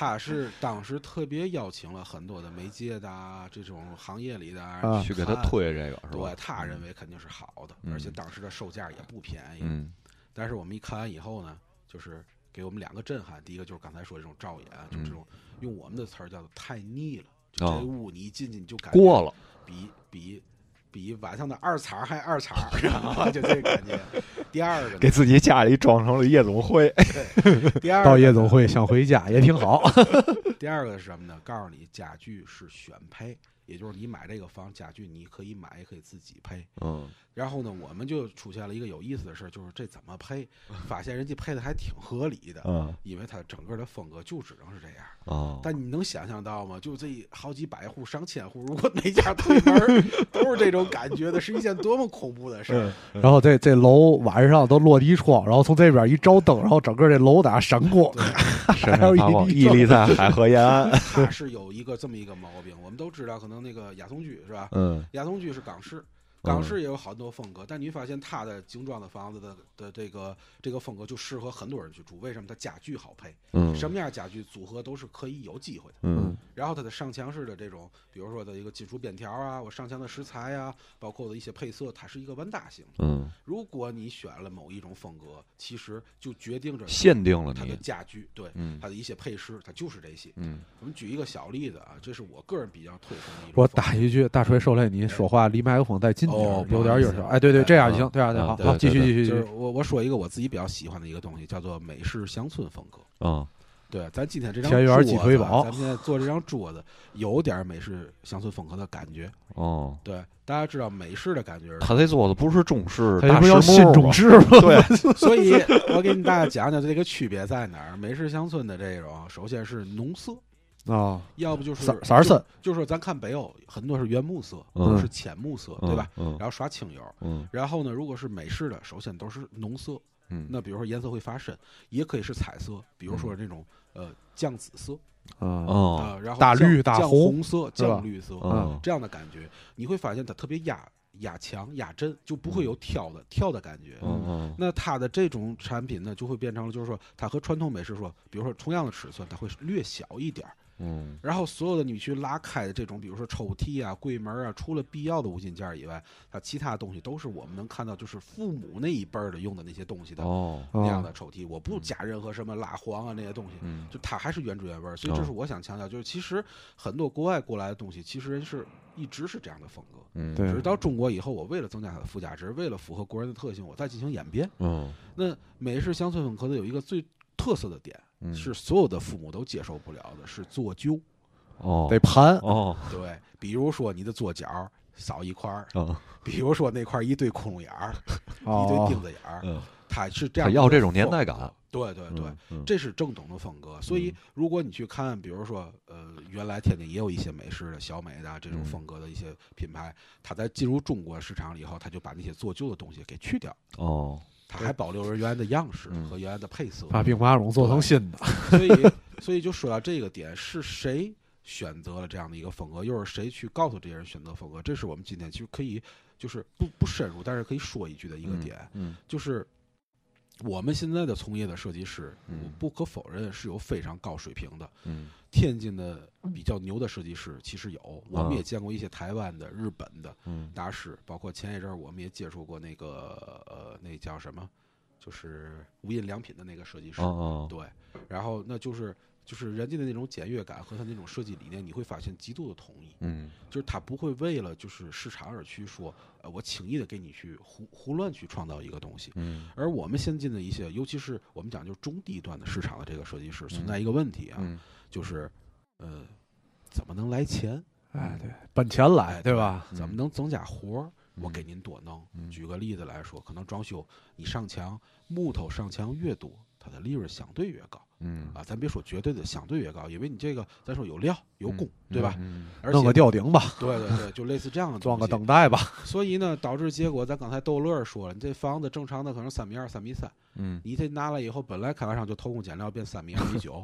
他是当时特别邀请了很多的媒介的啊，这种行业里的啊去给他推这个，是吧？ 对，他认为肯定是好的， 嗯而且当时的售价也不便宜。 嗯， 但是我们一看完以后呢，就是给我们两个震撼。第一个就是刚才说这种照演，就这种用我们的词儿叫做太腻了。就这屋你一进去你就感觉过了， 比比比晚上的二场还二场，然后就这个感觉。第二个给自己家里装成了夜总会。 第二个到夜总会想回家也挺好。 第二个是什么呢？告诉你家具是选配，也就是你买这个房家具你可以买也可以自己配。 嗯。 然后呢，我们就出现了一个有意思的事，就是这怎么配？发现人家配的还挺合理的， 嗯， 因为它整个的风格就只能是这样。 哦， 但你能想象到吗？就这好几百户、上千户，如果每家推门都是这种感觉的，是一件多么恐怖的事儿。 嗯、然后这这楼晚上都落地窗，然后从这边一照灯，然后整个这楼打闪光， 闪闪发光，屹立在海河沿岸。 它是有一个这么一个毛病，我们都知道，可能那个亚松居是吧？ 嗯， 亚松居是港式。港式也有好多风格，但你发现它的精装的房子的的这个这个风格就适合很多人去住。为什么？它家具好配， 嗯， 什么样家具组合都是可以有机会的， 嗯。 然后它的上墙式的这种，比如说的一个金属边条啊，我上墙的石材啊，包括的一些配色，它是一个完大型的。 嗯， 如果你选了某一种风格，其实就决定着限定了它的家具，对， 嗯， 它的一些配饰，它就是这些。 嗯， 我们举一个小例子啊，这是我个人比较推崇的一种。 我打一句，大锤受累，你说话离麦克风再近点， 哦、 有点有。哎，对对，这样就行，这样就好。好，继续继续。 就是我我说一个我自己比较喜欢的一个东西，叫做美式乡村风格。 嗯， 对，咱今天这张田园鸡腿堡， 咱们现在做这张桌子，有点美式乡村风格的感觉。 哦， 对，大家知道美式的感觉， 他这做的不是中式， 他不要新中式吗？ 对， 所以我给你大家讲讲这个区别在哪儿。美式乡村的这种，首先是浓色。 啊、哦， 要不就是色儿深， 就是说咱看北欧很多是原木色， 嗯、 或者是浅木色， 嗯、 对吧？ 嗯、 然后刷清油， 嗯， 然后呢，如果是美式的，首先都是浓色， 嗯， 那比如说颜色会发深，也可以是彩色，比如说这种、嗯、呃酱紫色， 啊、 哦呃，然后大绿、大红、红色、酱绿色， 嗯， 这样的感觉，你会发现它特别压压强、压阵，就不会有跳的、嗯、跳的感觉。 嗯嗯， 那它的这种产品呢，就会变成了，就是说它和传统美式说，比如说同样的尺寸，它会略小一点。 嗯， 然后所有的你去拉开的这种，比如说抽屉啊、柜门啊，除了必要的五金件以外，它其他东西都是我们能看到，就是父母那一辈儿的用的那些东西的哦那样的抽屉。我不加任何什么蜡黄啊那些东西， 嗯， 就它还是原汁原味。所以这是我想强调，就是其实很多国外过来的东西，其实人是一直是这样的风格。 嗯， 对。 直到中国以后，我为了增加它的附加值，为了符合国人的特性，我再进行演变。 嗯， 那美式乡村风格的有一个最特色的点， 嗯、 是所有的父母都接受不了的，是做旧。 哦， 得盘哦， 对，比如说你的桌角少一块儿， 哦， 比如说那块一堆窟窿眼儿， 哦、 一堆钉子眼儿， 嗯， 它是这样， 他要这种年代感， 对对对， 嗯嗯、 这是正统的风格。所以如果你去看，比如说呃，原来天津也有一些美式的小美的这种风格的一些品牌，它在进入中国市场以后，它就把那些做旧的东西给去掉。 哦。 它还保留着原来的样式和原来的配色， 把兵马俑做成新的。 所以，所以就说到这个点，是谁选择了这样的一个风格，又是谁去告诉这些人选择风格？这是我们今天其实可以，就是不不深入，但是可以说一句的一个点， 嗯，嗯就是我们现在的从业的设计师， 嗯， 不可否认是有非常高水平的。 嗯， 天津的比较牛的设计师其实有，我们也见过一些台湾的、日本的大师，包括前一阵我们也接触过那个呃，那叫什么，就是无印良品的那个设计师， 哦， 对，然后那就是就是人家的那种简约感和他那种设计理念，你会发现极度的统一， 嗯， 就是他不会为了就是市场而去说，呃，我轻易的给你去胡胡乱去创造一个东西， 嗯， 而我们先进的一些，尤其是我们讲究中低端的市场的这个设计师，存在一个问题啊， 嗯、 就是呃，怎么能来钱？ 哎，对，奔钱来，对吧？ 怎么能增加活儿？我给您多弄。 嗯、 举个例子来说，可能装修你上墙木头上墙越多，它的利润相对越高。 嗯啊，咱别说绝对的，相对越高，因为你这个咱说有料有工， 嗯、 对吧？ 嗯、 而且弄个吊顶吧， 对对对，就类似这样的装个灯带吧。 所以呢，导致结果，咱刚才逗乐说了，你这房子正常的可能三米二、三米三， 嗯， 你这拿了以后，本来开发商就偷工减料变三米二米九。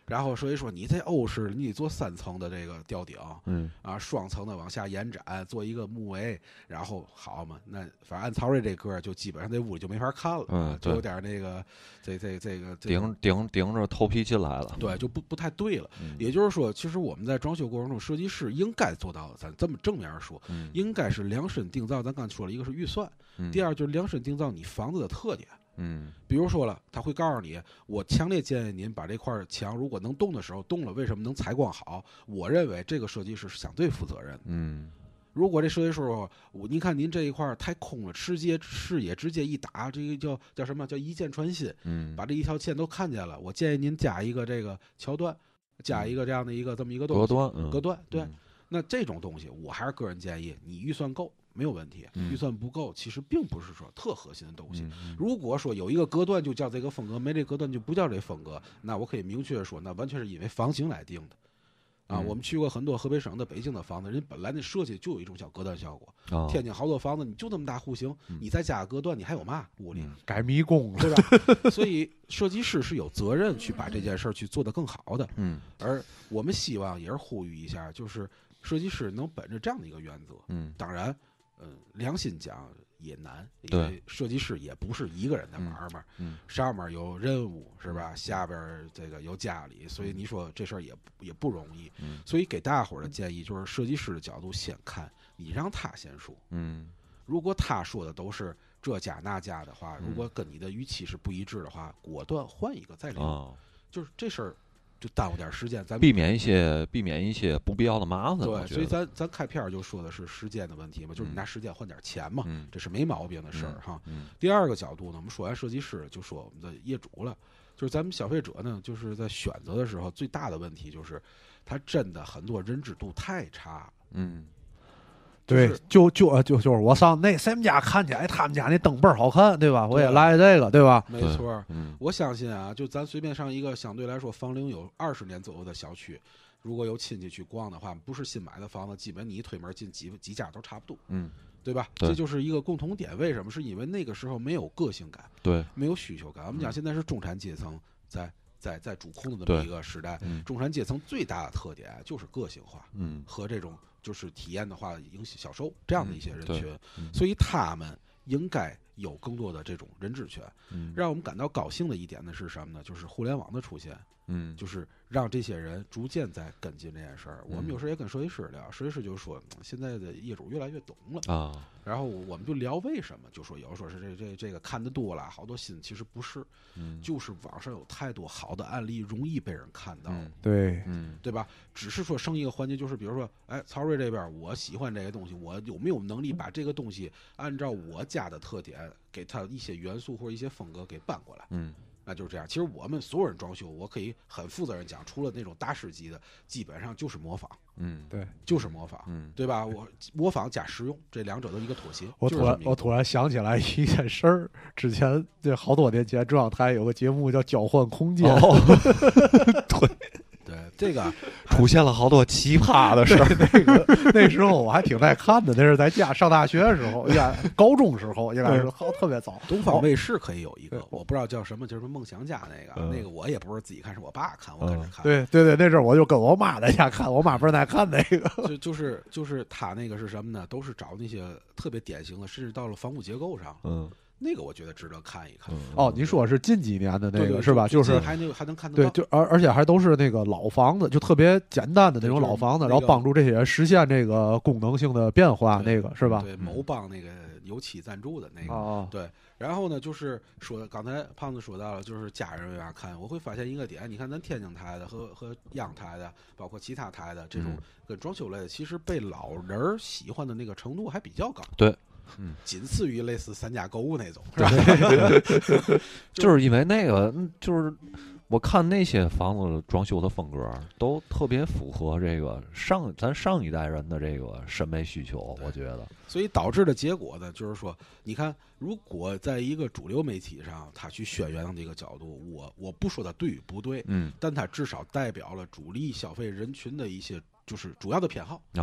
然后所以说你这欧式你得做三层的这个吊顶， 嗯啊，双层的往下延展，做一个木围，然后好嘛，那反正按曹睿这歌就基本上这屋里就没法看了， 嗯， 就有点那个这这这个顶顶顶着头皮进来了， 对，就不不太对了。 嗯、 也就是说，其实我们在装修过程中，设计师应该做到，咱这么正面说， 嗯、 应该是量身定造。咱刚才说了一个是预算， 嗯、 第二就是量身定造你房子的特点。 嗯， 比如说了，他会告诉你，我强烈建议您把这块墙如果能动的时候动了，为什么能采光好？我认为这个设计师是相对负责任的。 嗯， 如果这设计师说，我您看您这一块太空了，视野视野直接一打，这个叫叫什么叫一箭穿心？ 嗯， 把这一条线都看见了。我建议您加一个这个桥段，加一个这样的一个这么一个东西， 隔断，嗯、 隔断。对， 嗯、 那这种东西，我还是个人建议，你预算够。没有问题， 嗯、 预算不够，其实并不是说特核心的东西。 嗯、 如果说有一个隔断就叫这个风格，没这隔断就不叫这风格，那我可以明确的说，那完全是因为房型来定的。啊， 嗯、 我们去过很多河北省的、北京的房子，人本来那设计就有一种小隔断效果。 哦、 天津好多房子，你就那么大户型， 嗯、 你再加个隔断，你还有嘛屋里？ 嗯、改迷宫对吧？所以设计师是有责任去把这件事儿去做得更好的。 嗯， 而我们希望也是呼吁一下，就是设计师能本着这样的一个原则。 嗯， 当然。嗯，良心讲也难，因为设计师也不是一个人的买卖， 嗯， 上面有任务是吧？下边这个有家里，所以你说这事儿也也不容易。 嗯， 所以给大伙儿的建议就是，设计师的角度先看，你让他先说。 嗯， 如果他说的都是这家那家的话，如果跟你的预期是不一致的话，果断换一个再聊。 哦、 就是这事儿。就耽误点时间，咱避免一些避免一些不必要的麻烦。 对，所以咱咱开篇就说的是时间的问题嘛，就是你拿时间换点钱嘛， 嗯、 这是没毛病的事儿、 嗯、 哈、 嗯。 第二个角度呢，我们说完设计师，就说我们的业主了，就是咱们消费者呢，就是在选择的时候最大的问题就是，他真的很多认知度太差。 嗯。 对，就就呃就就是我上那谁们家看去，哎，他们家那灯倍儿好看，对吧？我也来这个，对吧？ 没错， 嗯， 我相信啊，就咱随便上一个相对来说房龄有二十年左右的小区，如果有亲戚去逛的话，不是新买的房子，基本你一推门进几几家都差不多， 嗯， 对吧？ 对， 这就是一个共同点。为什么？是因为那个时候没有个性感， 对， 没有需求感。我们讲现在是中产阶层在在在主控的这么一个时代， 嗯、 中产阶层最大的特点就是个性化， 嗯， 和这种。就是体验的话，影响销售这样的一些人群， 嗯、 所以他们应该有更多的这种认知权。 嗯、 让我们感到高兴的一点呢是什么呢？就是互联网的出现， 嗯， 就是让这些人逐渐在跟进这件事儿。 嗯、 我们有时候也跟设计师聊，设计师就说现在的业主越来越懂了啊。 然后我们就聊为什么，就说有时候是这这这个看得多了，好多新其实不是， 嗯， 就是网上有太多好的案例，容易被人看到， 嗯、 对， 嗯，对吧？只是说剩一个环节，就是比如说，哎，曹睿这边我喜欢这个东西，我有没有能力把这个东西按照我家的特点，给它一些元素或者一些风格给搬过来， 嗯。 那就是这样。其实我们所有人装修，我可以很负责任讲，除了那种大师级的，基本上就是模仿。 嗯， 对， 就是模仿， 嗯， 对吧？我模仿加实用，这两者都一个妥协。 我突然，我突然想起来一件事儿，之前这好多年前中央台有个节目叫《交换空间》， 哦、对。 对，这个出现了好多奇葩的事儿。 那个那时候我还挺爱看的，那是在家上大学的时候，呀，高中时候应该是好特别早。 东方卫视可以有一个，我不知道叫什么，就是梦想家那个，嗯、那个我也不是自己看，是我爸看，我跟着看。 对对对，那阵儿我就跟我妈在家看，我妈不是在看那个。 就就是就是他那个是什么呢？都是找那些特别典型的，甚至到了房屋结构上。 嗯。 那个我觉得值得看一看。 哦，您说是近几年的那个对对是吧？就是还能还能看得到。对， 到就而而且还都是那个老房子，就特别简单的那种老房子， 那个、 然后帮助这些人实现这个功能性的变化，那个是吧？ 对，某帮那个油漆赞助的那个。 哦。 对，然后呢，就是说刚才胖子说到了，就是家人愿看，我会发现一个点，你看咱天津台的和和央台的，包括其他台的这种跟装修类的，其实被老人喜欢的那个程度还比较高。 对。 嗯，仅次于类似三家购物那种，是吧？ 就是因为那个，就是我看那些房子装修的风格都特别符合这个上咱上一代人的这个审美需求，我觉得。 所以导致的结果呢，就是说，你看，如果在一个主流媒体上，他去宣扬这个角度，我我不说他对与不对， 嗯， 但他至少代表了主力消费人群的一些就是主要的偏好啊。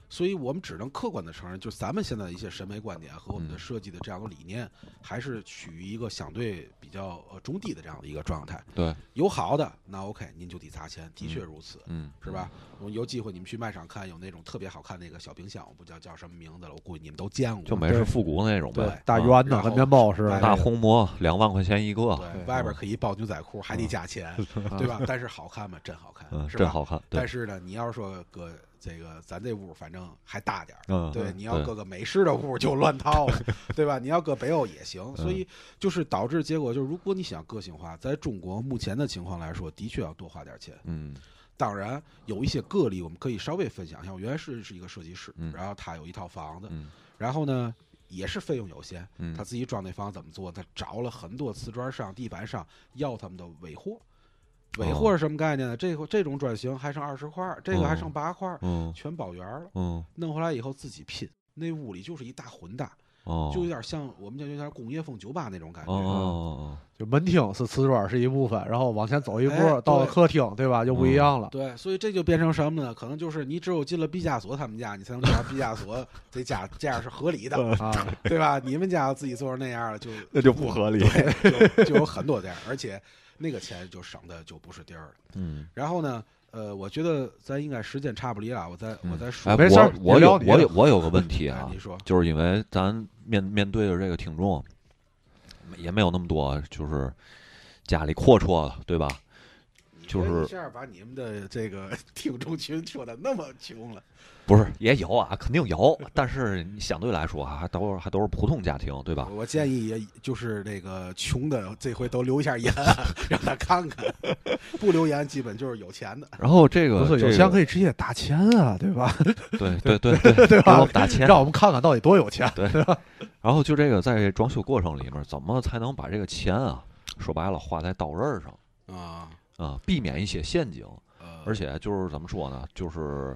所以我们只能客观的承认，就咱们现在的一些审美观点和我们的设计的这样的理念，还是处于一个相对比较呃中低的这样的一个状态。 对， 有好的，那 OK， 您就得砸钱，的确如此， 嗯， 是吧？我有机会你们去卖场看，有那种特别好看那个小冰箱，我不叫叫什么名字了，我估计你们都见过， 就美式复古那种呗， 对， 大圆的跟面包似的， 大红膜两万块钱一个， 对，外边可以包牛仔裤，还得加钱，对吧？但是好看吗？真好看， 嗯， 是吧？ 真好看。 但是呢，你要说搁这个咱这屋，反正还大点儿， 嗯， 对，你要搁个美式的屋就乱套了，对吧？你要搁北欧也行， 嗯所以就是导致结果就是，如果你想个性化，在中国目前的情况来说，的确要多花点钱， 嗯。 当然有一些个例，我们可以稍微分享一下。我原来是是一个设计师， 嗯、 然后他有一套房子， 嗯、 然后呢也是费用有限， 嗯、 他自己装那房怎么做？他找了很多瓷砖商、地板商要他们的尾货。尾货是什么概念呢？这个这种砖型还剩二十块，这个还剩八块， 嗯， 全包圆了。 嗯， 弄回来以后自己拼，那屋里就是一大混搭。 哦， 就有点像我们叫有点工业风酒吧那种感觉。 哦哦， 就门厅是瓷砖是一部分，然后往前走一步、 哎、 到了客厅，对吧？就不一样了。 对，所以这就变成什么呢？可能就是你只有进了毕加索他们家，你才能知道毕加索这家这样是合理的啊，对吧？你们家自己做成那样了，就那就不合理， 就, 就有很多这样，而且那个钱就省的就不是地儿了。 嗯， 然后呢？呃，我觉得咱应该时间差不离了，我再、嗯、我再说。 哎， 没事， 我有我有我有个问题啊， 你说， 就是因为咱面面对的这个听众也没有那么多，就是家里阔绰了，对吧？就是一下把你们的这个听众群说的那么穷了。 不是，也有啊，肯定有，但是相对来说啊，还都还都是普通家庭，对吧？ 我建议，也就是那个穷的这回都留一下言，让他看看，不留言基本就是有钱的。 然后这个不是有钱可以直接打钱啊，对吧？ 对对对对对吧？ 打钱， 让我们看看到底多有钱。 对。然后就这个在装修过程里面，怎么才能把这个钱啊，说白了花在刀刃上啊啊，避免一些陷阱， 呃、 而且就是怎么说呢，就是。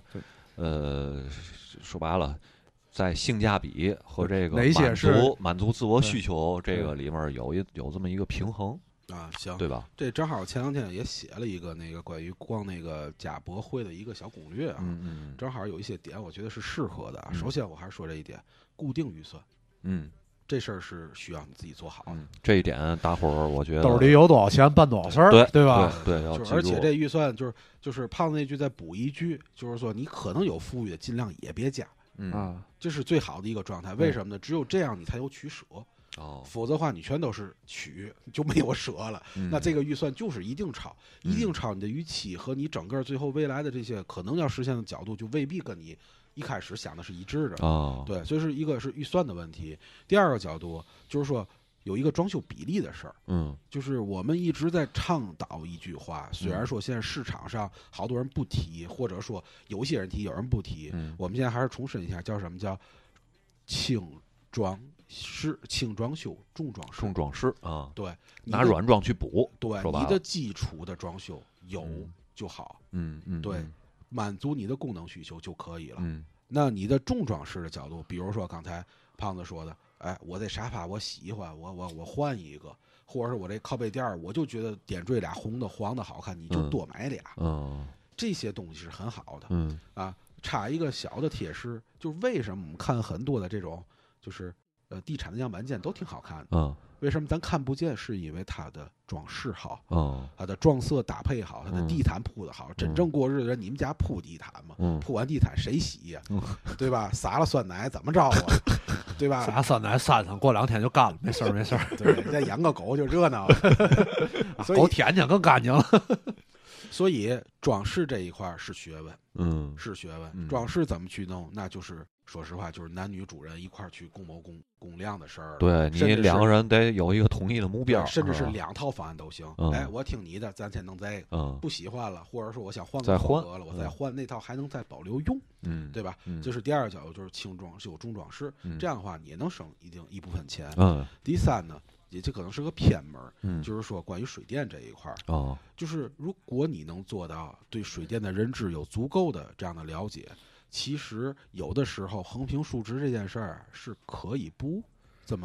呃，说白了，在性价比和这个满足满足自我需求这个里面有一有这么一个平衡啊，行， 对吧？ 这正好前两天也写了一个那个关于逛那个贾博会的一个小攻略啊， 嗯嗯， 正好有一些点我觉得是适合的啊。嗯、首先我还是说这一点，固定预算， 嗯。 这事儿是需要你自己做好的， 嗯、这一点大伙儿我觉得兜里有多少钱办多少事儿， 对对吧？ 对，对要就是而且这预算就是就是胖子那句再补一句，就是说你可能有富裕的，尽量也别加， 嗯啊， 这是最好的一个状态。为什么呢？只有这样你才有取舍， 哦， 否则的话你全都是取，就没有舍了。 嗯、 那这个预算就是一定超，一定超你的预期和你整个最后未来的这些可能要实现的角度，就未必跟你一开始想的是一致的。 哦， 对，所以是一个是预算的问题。第二个角度就是说有一个装修比例的事儿。 嗯， 就是我们一直在倡导一句话，虽然说现在市场上好多人不提，或者说有些人提，有人不提， 嗯、 我们现在还是重申一下，叫什么叫轻装饰、轻装修、重装饰、 重装饰啊。 对， 拿软装去补。 对，你的基础的装修有就好。 嗯嗯， 对。满足你的功能需求就可以了。 嗯， 那你的重装饰的角度，比如说刚才胖子说的，哎，我这沙发我喜欢，我我我换一个，或者是我这靠背垫儿，我就觉得点缀俩红的、黄的好看，你就多买俩。 嗯， 这些东西是很好的。 嗯啊，插一个小的贴士，就是为什么我们看很多的这种，就是呃地产的样板间都挺好看的。 嗯。 为什么咱看不见？是因为它的装饰好， 哦， 它的撞色搭配好，它的地毯铺的好。 嗯、 真正过日子人，你们家铺地毯吗？ 嗯、 铺完地毯谁洗呀、 嗯？ 对吧？撒了酸奶怎么着啊？对吧？ 撒酸奶山上过两天就干了，没事儿没事儿。 对，再养个狗就热闹了。所以狗舔舔更干净了。 所以装饰这一块是学问， 嗯， 是学问。 嗯、 装饰怎么去弄？那就是说实话，就是男女主人一块去共谋共共量的事儿。 对你两个人得有一个统一的目标， 甚至是两套方案都行。 嗯、 哎，我听你的，咱先弄这个。 嗯， 不喜欢了，或者说我想换个风格了，我再换那套还能再保留用。 嗯， 对吧？ 嗯、 这是第二个角度，就是轻装是有重装饰， 嗯、 这样的话你也能省一定一部分钱。 嗯， 第三呢？也这可能是个偏门， 嗯， 就是说关于水电这一块儿， 哦， 就是如果你能做到对水电的认知有足够的这样的了解，其实有的时候横平竖直这件事儿是可以不这么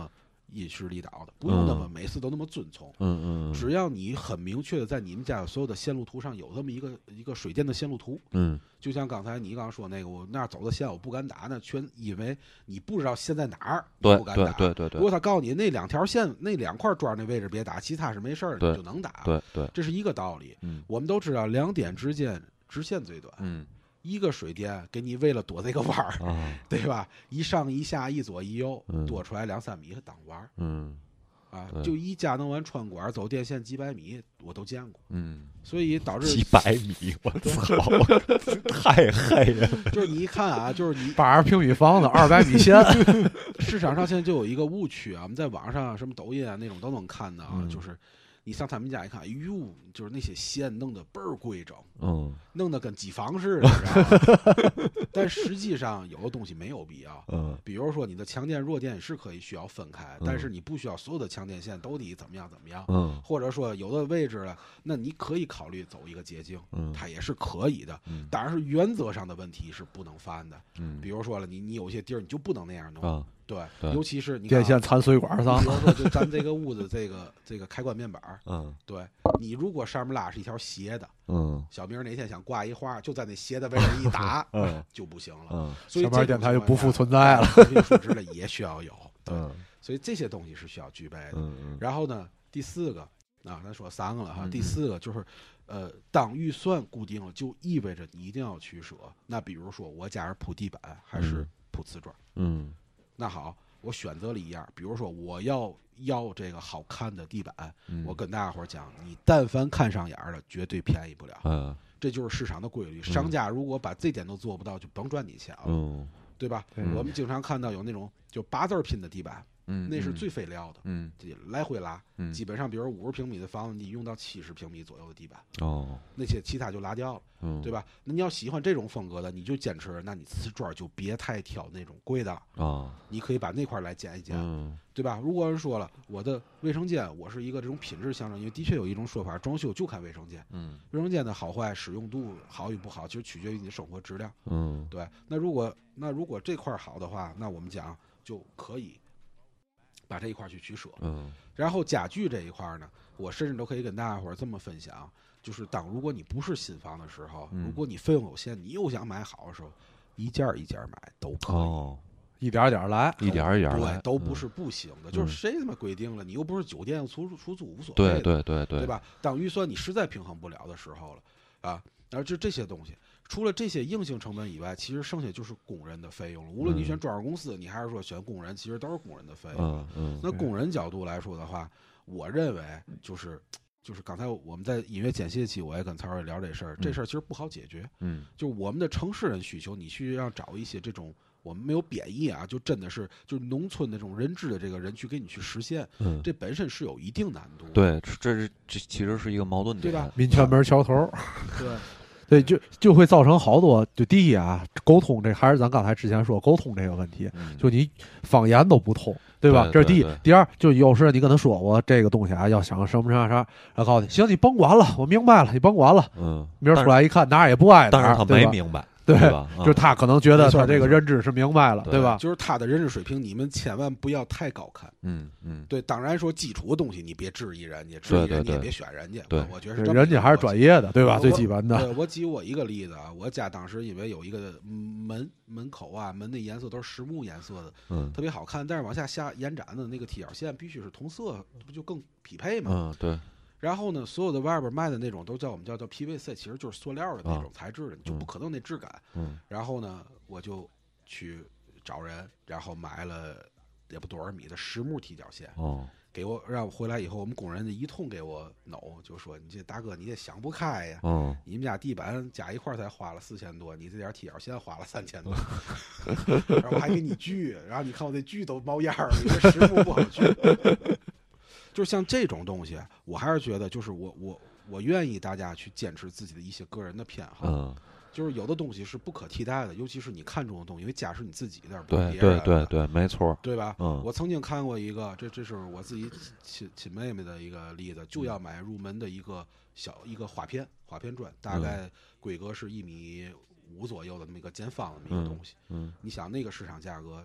因势利导的，不用那么每次都那么遵从。 嗯嗯， 只要你很明确的在你们家所有的线路图上有这么一个一个水电的线路图， 嗯， 就像刚才你刚刚说那个，我那儿走的线我不敢打，那全因为你不知道线在哪儿， 对不敢打。 对对对对。 如果他告诉你那两条线那两块砖那位置别打，其他是没事儿的，你就能打。 对对， 这是一个道理。 嗯， 我们都知道两点之间直线最短。 嗯。 一个水电给你为了躲这个弯儿， 啊， 对吧？一上一下一左一右， 嗯、 多出来两三米当弯儿。 嗯， 啊，就一佳能湾穿管走电线几百米，我都见过。 嗯， 所以导致几百米，我操，太黑了。 就是你一看啊，就是你八十平米房子二百米线， 市场上现在就有一个误区啊，我们在网上什么抖音啊那种都能看到啊， 嗯、 就是。你上他们家一看，哎呦，就是那些线弄得倍儿规整， 嗯， 弄得跟机房似的，知道吗？但实际上有的东西没有必要， 嗯， 比如说你的强电弱电是可以需要分开， 嗯、 但是你不需要所有的强电线都得怎么样怎么样， 嗯， 或者说有的位置了，那你可以考虑走一个捷径， 嗯， 它也是可以的， 嗯， 当然是原则上的问题是不能犯的， 嗯， 比如说了，你你有些地儿你就不能那样弄。 啊对， 对尤其是你电线缠水管上。 比如说，就咱这个屋子这个这个开关面板， 嗯， 对，你如果上面拉是一条斜的， 嗯， 小明哪天想挂一花，就在那斜的位置一打， 嗯， 就不行了， 嗯， 所以小面电台就不复存在了。 数值的也需要有，对， 嗯， 所以这些东西是需要具备的。 嗯嗯。 然后呢，第四个啊，咱说三个了哈， 嗯、 第四个就是，呃，当预算固定了，就意味着你一定要取舍。那比如说，我家是铺地板还是铺瓷砖？ 嗯， 那好。我选择了一样，比如说我要要这个好看的地板， 嗯、 我跟大家伙讲，你但凡看上眼了，绝对便宜不了。 嗯， 这就是市场的规律。商家如果把这点都做不到，就甭赚你钱了， 嗯， 对吧？ 嗯、 我们经常看到有那种就八字拼的地板， 嗯， 那是最费料的， 嗯， 来回拉， 嗯， 基本上比如五十平米的房子，你用到七十平米左右的地板， 哦， 那些其他就拉掉了。 嗯， 对吧？那你要喜欢这种风格的，你就坚持，那你瓷砖就别太挑那种贵的啊。 你可以把那块来减一减， 嗯， 对吧？如果人说了，我的卫生间，我是一个这种品质象征，因为的确有一种说法，装修就看卫生间。 嗯， 卫生间的好坏、使用度好与不好，其实取决于你的生活质量。 嗯， 对。那如果那如果这块好的话，那我们讲就可以把这一块去取舍。 嗯。 然后家具这一块呢，我甚至都可以跟大家伙这么分享。就是当如果你不是新房的时候， 嗯、 如果你费用有限，你又想买好的时候，一件一件买都可以， 哦、 一点点来， 一点一点来， 对，都不是不行的。 嗯、 就是谁他妈规定了，你又不是酒店出出租无所谓对的， 对对对， 对吧？当预算你实在平衡不了的时候了啊，然后就这些东西，除了这些硬性成本以外，其实剩下就是工人的费用了。无论你选装饰公司，你还是说选工人，其实都是工人的费用。 嗯嗯。 那工人角度来说的话，我认为就是。就是刚才我们在音乐间歇期，我也跟曹儿聊这事儿，这事儿其实不好解决。 嗯， 就是我们的城市人需求，你需要找一些这种我们没有贬义啊，就真的是就是农村那种人质的这个人去给你去实现， 嗯， 这本身是有一定难度。 对，这是这其实是一个矛盾点， 对吧？ 民权门桥头， 对。 对，就就会造成好多，就第一啊，沟通这还是咱刚才之前说沟通这个问题， 嗯、 就你方言都不通，对吧？ 对这是第一。 对对第二，就有时你跟他说我这个东西啊，要想什么啥啥，然后告诉你，行，你甭管了，我明白了，你甭管了。 嗯， 明儿出来一看，哪儿也不挨哪儿， 但是他没明白。 对, 对吧？ 就是他可能觉得他这个认知是明白了， 对对吧？ 就是他的认知水平，你们千万不要太高看。 嗯嗯， 对，当然说基础的东西你别质疑人家，质疑人家也别选人家。 对， 我觉得是这么人家还是专业的，对吧？最基本的。 对，我举我一个例子啊，我家当时因为有一个门门口啊，门的颜色都是实木颜色的， 嗯， 特别好看，但是往下下延展的那个踢脚线必须是同色，不就更匹配吗？ 嗯，对。 然后呢，所有的外边卖的那种都叫我们叫叫 P V C， 其实就是塑料的那种材质的， 啊、 就不可能那质感。 嗯。 然后呢，我就去找人，然后买了也不多少米的实木踢脚线。 哦。 给我让我回来以后，我们工人一通给我挠，就说你这大哥你也想不开呀。 哦。 你们家地板加一块才花了四千多，你这点踢脚线花了三千多，然后我还给你锯，然后你看我这锯都冒烟儿，你这实木不好锯。就是像这种东西，我还是觉得，就是我我我愿意大家去坚持自己的一些个人的偏好。 嗯， 就是有的东西是不可替代的，尤其是你看中的东西，因为家是你自己的， 对对对对，没错， 对吧？ 嗯， 我曾经看过一个，这这是我自己亲亲妹妹的一个例子，就要买入门的一个小一个花片花片砖，大概规格是一米五左右的那么一个见方的那么一个东西。 嗯，嗯你想那个市场价格，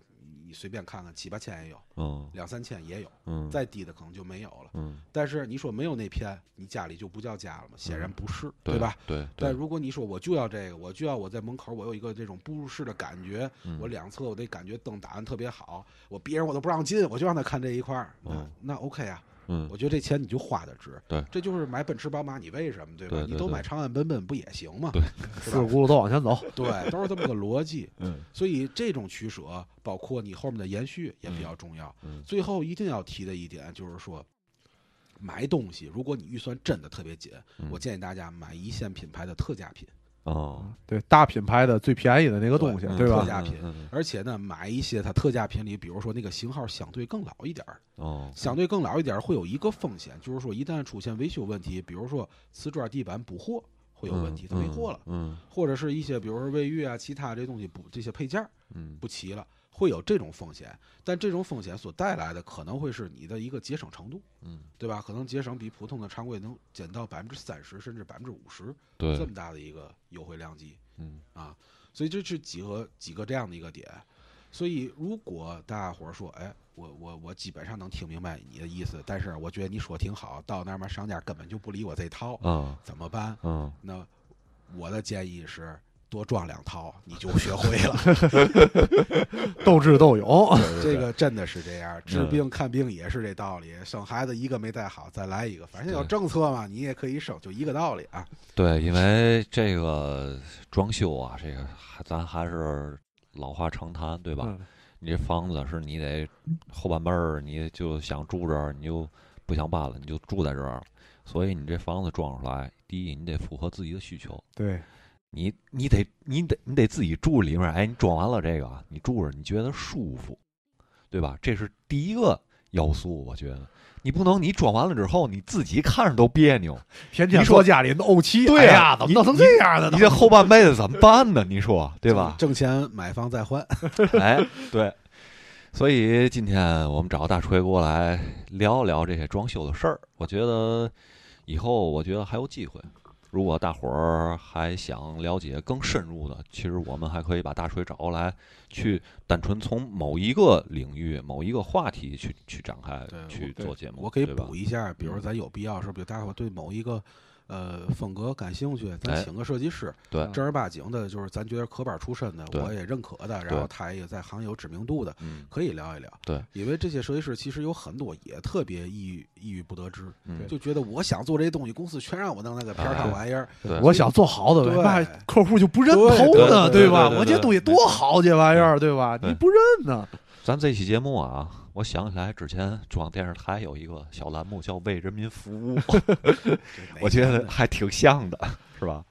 你随便看看七八千也有， 嗯， 两三千也有， 嗯， 再低的可能就没有了， 嗯。 但是你说没有那片，你家里就不叫家了吗？显然不是， 嗯、 对吧？ 对。对但如果你说我就要这个，我就要我在门口我有一个这种步入式的感觉， 嗯、 我两侧我得感觉灯打得特别好，我别人我都不让进，我就让他看这一块儿， 嗯、 那那 OK 啊。 嗯， 我觉得这钱你就花的值， 对， 这就是买奔驰宝马，你为什么对吧？ 对对对你都买长安奔奔不也行吗？ 对， 四轱辘都往前走， 对，都是这么个逻辑。 嗯， 所以这种取舍，包括你后面的延续也比较重要。 嗯， 最后一定要提的一点就是说，买东西，如果你预算真的特别紧， 嗯、 我建议大家买一线品牌的特价品。 哦， 对，大品牌的最便宜的那个东西， 对, 对吧？ 特价品，嗯嗯、而且呢，买一些它特价品里，比如说那个型号相对更老一点儿， 哦， 相对更老一点儿会有一个风险，就是说一旦出现维修问题，比如说瓷砖地板补货会有问题，它没货了， 嗯， 或者是一些比如说卫浴啊，其他这东西补这些配件，嗯，不齐了。会有这种风险，但这种风险所带来的可能会是你的一个节省程度，嗯，对吧？可能节省比普通的常规能减到百分之三十甚至百分之五十， 对， 这么大的一个优惠量级， 嗯啊，所以这是几个几个这样的一个点。所以如果大家伙说，哎，我我我基本上能听明白你的意思，但是我觉得你说挺好，到那边商家根本就不理我这套， 嗯， 怎么办？ 嗯， 那我的建议是。多装两套，你就学会了。 斗智斗勇， 这个真的是这样。治病看病也是这道理。生孩子一个没带好，再来一个，反正有政策嘛，你也可以生，就一个道理啊。 对，因为这个装修啊，这个咱还是老话常谈，对吧？嗯、你这房子是你得后半辈儿，你就想住这儿，你就不想搬了，你就住在这儿了。所以你这房子装出来，第一，你得符合自己的需求。 对。 你你得你得你得自己住里面，哎，你装完了这个，你住着你觉得舒服，对吧？这是第一个要素，我觉得你不能你装完了之后你自己看着都别扭， 天天说家里怄气， 对呀、哎，怎么弄成这样的呢？ 你这后半辈子怎么办呢？你说对吧？ 挣钱买房再还， 哎，对。所以今天我们找大锤过来聊聊这些装修的事儿，我觉得以后我觉得还有机会。如果大伙儿还想了解更深入的，其实我们还可以把大锤找过来，去单纯从某一个领域、某一个话题去去展开去做节目。 我可以补一下，比如咱有必要，是不是大伙对某一个呃风格感兴趣，咱请个设计师， 对， 正儿八经的，就是咱觉得科班出身的，我也认可的，然后他也在行业有知名度的，可以聊一聊。 对， 因为这些设计师其实有很多也特别抑郁抑郁不得志，就觉得我想做这些东西，公司全让我弄那个片儿上玩意儿， 我想做好的，为嘛客户就不认头呢？对吧？我这东西多好，这玩意儿，对吧？你不认呢？ 咱这期节目啊，我想起来之前中央电视台有一个小栏目叫“为人民服务”，我觉得还挺像的，是吧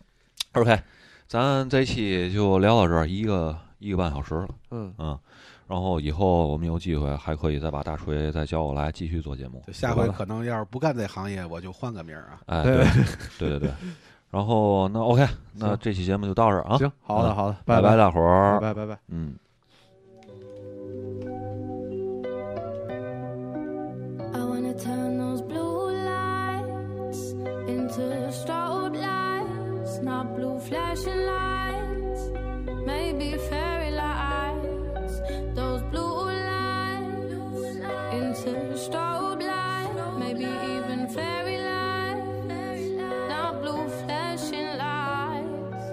？OK， 咱这期就聊到这儿，一个一个半小时了，嗯嗯，然后以后我们有机会还可以再把大锤再叫过来继续做节目。 下回可能要是不干这行业，我就换个名儿啊。 哎，对对对对。然后那 OK， 那这期节目就到这儿啊。 行，好的好的， 拜拜大伙儿， 拜拜拜拜， 嗯。 Turn those blue lights into strobe lights, not blue flashing lights, maybe fairy lights. Those blue lights into strobe lights, maybe even fairy lights, not blue flashing lights.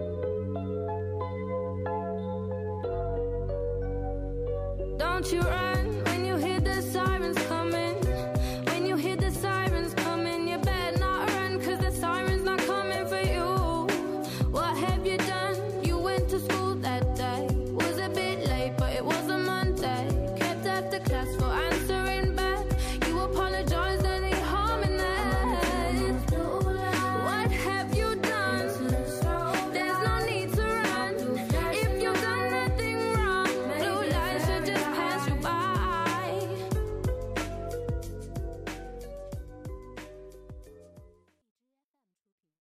Don't you run